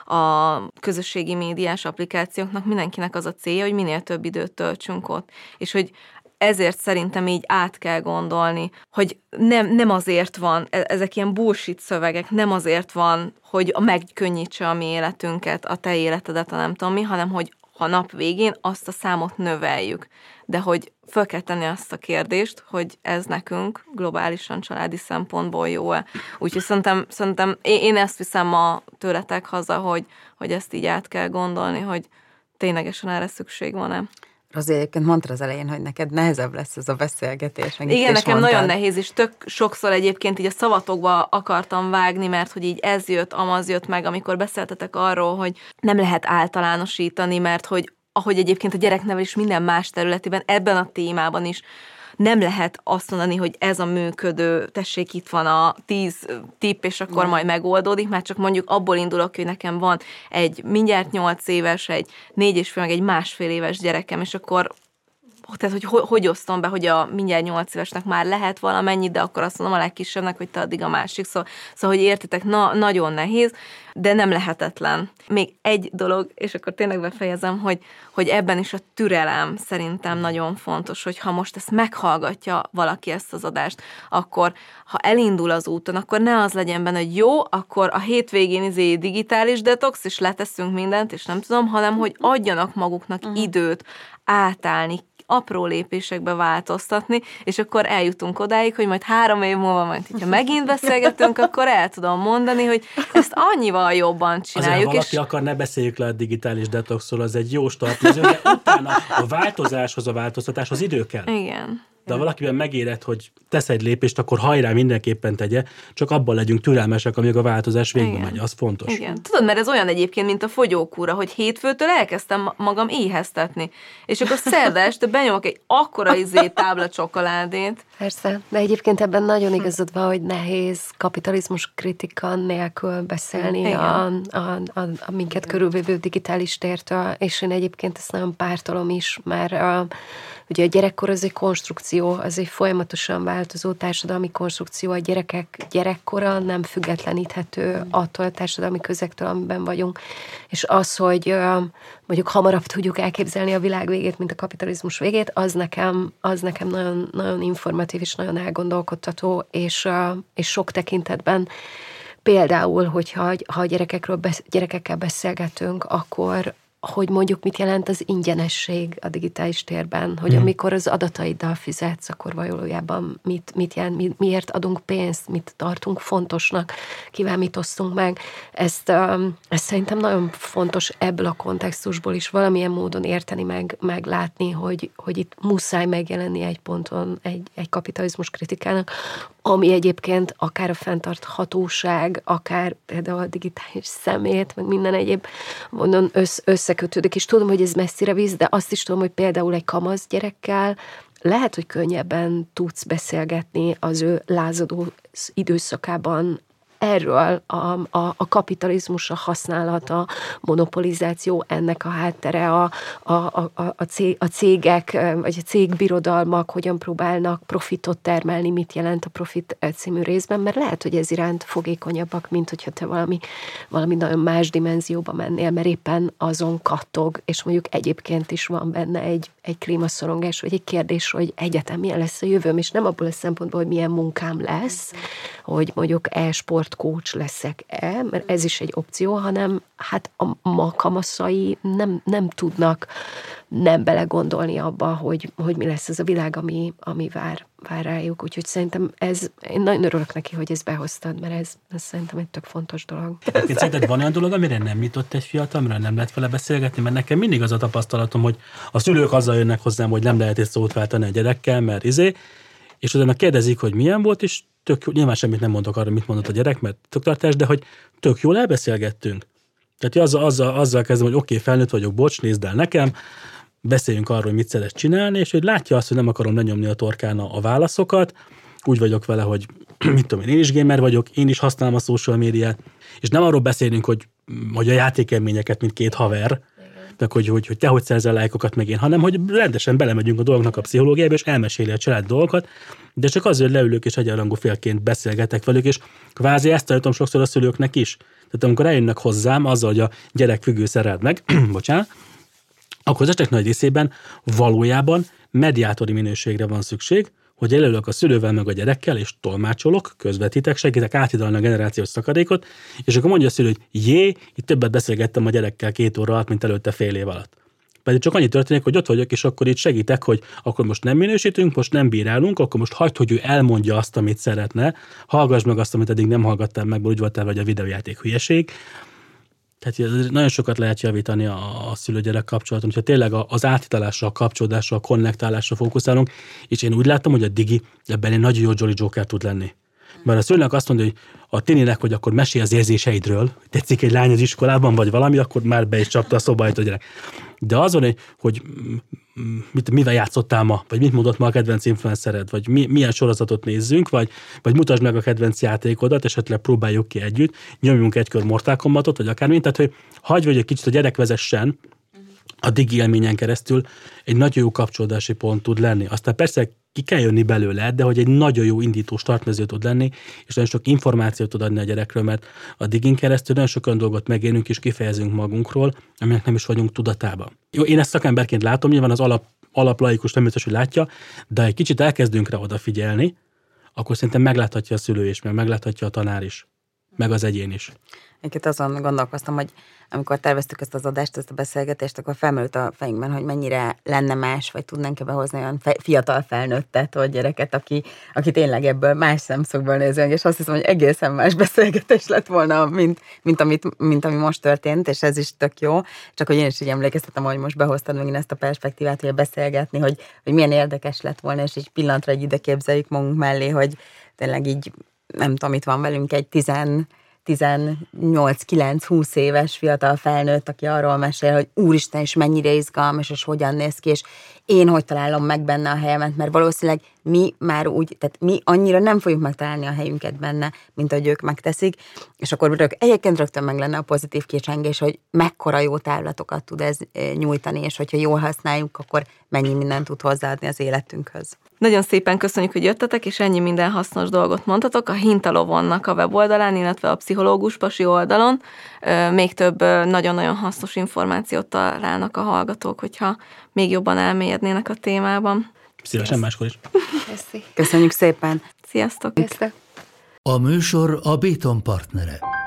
A közösségi médiás applikációknak mindenkinek az a célja, hogy minél több időt töltsünk ott. És hogy ezért szerintem így át kell gondolni, hogy nem, nem azért van, ezek ilyen bullshit szövegek, nem azért van, hogy megkönnyítse a mi életünket, a te életedet, a nem tudom mi, hanem hogy a nap végén azt a számot növeljük. De hogy föl kell tenni azt a kérdést, hogy ez nekünk globálisan, családi szempontból jó-e. Úgyhogy szerintem, szerintem én ezt viszem ma tőletek haza, hogy, hogy ezt így át kell gondolni, hogy ténylegesen erre szükség van-e. Rozi, egyébként mondtad az elején, hogy neked nehezebb lesz ez a beszélgetés. Igen, nekem mondtad. Nagyon nehéz, és tök sokszor egyébként így a szavatokba akartam vágni, mert hogy így ez jött, amaz jött meg, amikor beszéltetek arról, hogy nem lehet általánosítani, mert hogy ahogy egyébként a gyereknevelés minden más területében, ebben a témában is nem lehet azt mondani, hogy ez a működő, tessék, itt van a tíz tipp, és akkor majd megoldódik, már csak mondjuk abból indulok, hogy nekem van egy mindjárt nyolc éves, egy négy és fél, meg egy másfél éves gyerekem, és akkor tehát, hogy hogy, hogy osztom be, hogy a mindjárt nyolc évesnek már lehet valamennyi, de akkor azt mondom a legkisebbnek, hogy te addig a másik. Szóval, szóval hogy értitek, na, nagyon nehéz, de nem lehetetlen. Még egy dolog, és akkor tényleg befejezem, hogy, hogy ebben is a türelem szerintem nagyon fontos, hogy ha most ezt meghallgatja valaki ezt az adást, akkor ha elindul az úton, akkor ne az legyen benne, hogy jó, akkor a hétvégén izé digitális detox, és leteszünk mindent, és nem tudom, hanem hogy adjanak maguknak uh-huh. időt átállni, apró lépésekbe változtatni, és akkor eljutunk odáig, hogy majd három év múlva, majd ha megint beszélgetünk, akkor el tudom mondani, hogy ezt annyival jobban csináljuk. Azért, ha valaki és... akar, ne beszéljük le a digitális detoxról, az egy jó start, de utána a változáshoz, a változtatáshoz idő kell. Igen. De ha valakiben megérett, hogy tesz egy lépést, akkor hajrá, mindenképpen tegye, csak abban legyünk türelmesek, amíg a változás végbe megy, az fontos. Igen. Tudod, mert ez olyan egyébként, mint a fogyókúra, hogy hétfőtől elkezdtem magam éheztetni, és akkor szerda este benyomok egy akkora izé tábla csokoládét. Persze, de egyébként ebben nagyon igazad van, hogy nehéz kapitalizmus kritika nélkül beszélni a, a, a, a minket körülvévő digitális tértől, és én egyébként ezt nagyon pártolom is, mert a, ugye a gyerekkor az egy konstrukció, konstrukció, az egy folyamatosan változó társadalmi konstrukció, a gyerekek gyerekkora nem függetleníthető attól a társadalmi közektől, amiben vagyunk, és az, hogy mondjuk hamarabb tudjuk elképzelni a világ végét, mint a kapitalizmus végét, az nekem, az nekem nagyon, nagyon informatív és nagyon elgondolkodtató, és, és sok tekintetben például, hogyha ha a gyerekekről besz, gyerekekkel beszélgetünk, akkor hogy mondjuk mit jelent az ingyenesség a digitális térben, hogy mm. amikor az adataiddal fizetsz, akkor valójában mit, mit jelent, mi, miért adunk pénzt, mit tartunk fontosnak, kivel mit osztunk meg. Ezt, ezt szerintem nagyon fontos ebből a kontextusból is valamilyen módon érteni, meg, meg látni, hogy, hogy itt muszáj megjelenni egy ponton egy, egy kapitalizmus kritikának, ami egyébként akár a fenntarthatóság, akár például a digitális szemét, meg minden egyéb mondom össz, összekötődik, és tudom, hogy ez messzire visz, de azt is tudom, hogy például egy kamasz gyerekkel lehet, hogy könnyebben tudsz beszélgetni az ő lázadó időszakában erről a, a, a kapitalizmus, a használata, monopolizáció, ennek a háttere, a, a, a, a, cég, a cégek, vagy a cégbirodalmak hogyan próbálnak profitot termelni, mit jelent a profit című részben, mert lehet, hogy ez iránt fogékonyabbak, mint hogyha te valami, valami nagyon más dimenzióba mennél, mert éppen azon kattog, és mondjuk egyébként is van benne egy, egy klímaszorongás, vagy egy kérdés, hogy egyetem milyen lesz a jövőm, és nem abból a szempontból, hogy milyen munkám lesz, hogy mondjuk e-sport coach leszek-e, mert ez is egy opció, hanem hát a ma kamaszai nem, nem tudnak nem belegondolni abba, hogy, hogy mi lesz ez a világ, ami, ami vár, vár rájuk. Úgyhogy szerintem ez, én nagyon örülök neki, hogy ezt behoztad, mert ez, ez szerintem egy tök fontos dolog. Én szerinted van olyan dolog, amire nem jutott egy fiatal, amire nem lehet vele beszélgetni, mert nekem mindig az a tapasztalatom, hogy a szülők azzal jönnek hozzám, hogy nem lehet egy szót váltani a gyerekkel, mert izé, és utána kérdezik, hogy milyen volt, és tök jó, nyilván semmit nem mondok arra, mit mondott a gyerek, mert tök tartás, de hogy tök jól elbeszélgettünk. Tehát azzal, azzal, azzal kezdem, hogy oké, okay, felnőtt vagyok, bocs, nézd el nekem, beszéljünk arról, hogy mit szeret csinálni, és hogy látja azt, hogy nem akarom lenyomni a torkán a válaszokat, úgy vagyok vele, hogy mit tudom én, én is gamer vagyok, én is használom a social médiát, és nem arról beszélünk, hogy, hogy a játékélményeket, mint két haver, meg hogy, hogy, hogy te hogy szerzel lájkokat, meg én, hanem hogy rendesen belemegyünk a dolgoknak a pszichológiába, és elmeséli a család dolgokat, de csak azért leülök, és egyenrangú félként beszélgetek velük, és kvázi ezt tanítom sokszor a szülőknek is. Tehát amikor eljönnek hozzám azzal, hogy a gyerek függő szereld meg, bocsánat, akkor az esetek nagy részében valójában mediátori minőségre van szükség, hogy előlök a szülővel meg a gyerekkel, és tolmácsolok, közvetítek, segítek áthidalni a generációs szakadékot, és akkor mondja a szülő, hogy jé, itt többet beszélgettem a gyerekkel két óra alatt, mint előtte fél év alatt. Pedig csak annyi történik, hogy ott vagyok, és akkor itt segítek, hogy akkor most nem minősítünk, most nem bírálunk, akkor most hagyd, hogy ő elmondja azt, amit szeretne, hallgass meg azt, amit eddig nem hallgattál meg, úgy voltál, vagy a videójáték hülyeség. Tehát nagyon sokat lehet javítani a, a szülő-gyerek kapcsolaton, hogyha tényleg az áthidalásra, a kapcsolódásra, a konnektálásra fókuszálunk, és én úgy látom, hogy a digi ebben egy nagyon jó Jolly Joker tud lenni. Mert a szülőnek azt mondja, hogy a tininek, hogy akkor mesélj az érzéseidről, tetszik egy lány az iskolában, vagy valami, akkor már be is csapta a szobáit a gyerek. De azon, hogy, hogy mit, mivel játszottál ma, vagy mit mondott ma a kedvenc influencered, vagy mi, milyen sorozatot nézzünk, vagy, vagy mutasd meg a kedvenc játékodat, esetleg próbáljuk ki együtt, nyomjunk egy kör Mortal Kombatot, vagy akármint, tehát hogy hagyj, hogy egy kicsit a gyerek vezessen a digi élményen keresztül, egy nagyon jó kapcsolódási pont tud lenni. Aztán persze ki kell jönni belőle, de hogy egy nagyon jó indító startmező tud lenni, és nagyon sok információt tud adni a gyerekről, mert a digin keresztül nagyon sok olyan dolgot megélünk és kifejezünk magunkról, aminek nem is vagyunk tudatában. Jó, én ezt szakemberként látom, nyilván az alap, alaplaikus nem biztos, hogy látja, de egy kicsit elkezdünk rá odafigyelni, akkor szerintem megláthatja a szülő is, meg megláthatja a tanár is, meg az egyén is. Én azon gondolkoztam, hogy amikor terveztük ezt az adást, ezt a beszélgetést, akkor felmerült a fejünkben, hogy mennyire lenne más, vagy tudnánk-e behozni olyan fe- fiatal felnőttet, vagy gyereket, aki, aki tényleg ebből más szemszögből nézi, és azt hiszem, hogy egészen más beszélgetés lett volna, mint, mint, amit, mint ami most történt, és ez is tök jó. Csak hogy én is így emlékeztetem, hogy most behoztad megint ezt a perspektívát, hogy beszélgetni, hogy, hogy milyen érdekes lett volna, és így pillanatra egy ide képzeljük magunk mellé, hogy tényleg így, nem tudom, itt van velünk egy tizen tizennyolc kilenc húsz éves fiatal felnőtt, aki arról mesél, hogy úristen, és mennyire izgalmas, és hogyan néz ki, és én hogy találom meg benne a helyemet, mert valószínűleg mi már úgy, tehát mi annyira nem fogjuk megtalálni a helyünket benne, mint ahogy ők megteszik, és akkor rög, egyébként rögtön meg lenne a pozitív kicsengés, hogy mekkora jó távlatokat tud ez nyújtani, és hogyha jól használjuk, akkor mennyi mindent tud hozzáadni az életünkhöz. Nagyon szépen köszönjük, hogy jöttetek, és ennyi minden hasznos dolgot mondtatok a Hintalovonnak a weboldalán, illetve a Pszichológus Pasi oldalon. Még több nagyon-nagyon hasznos információt találnak a hallgatók, hogyha még jobban elmélyednének a témában. Szívesen máskor is. Köszönjük szépen. Sziasztok! Sziasztok. A műsor a Béton partnere.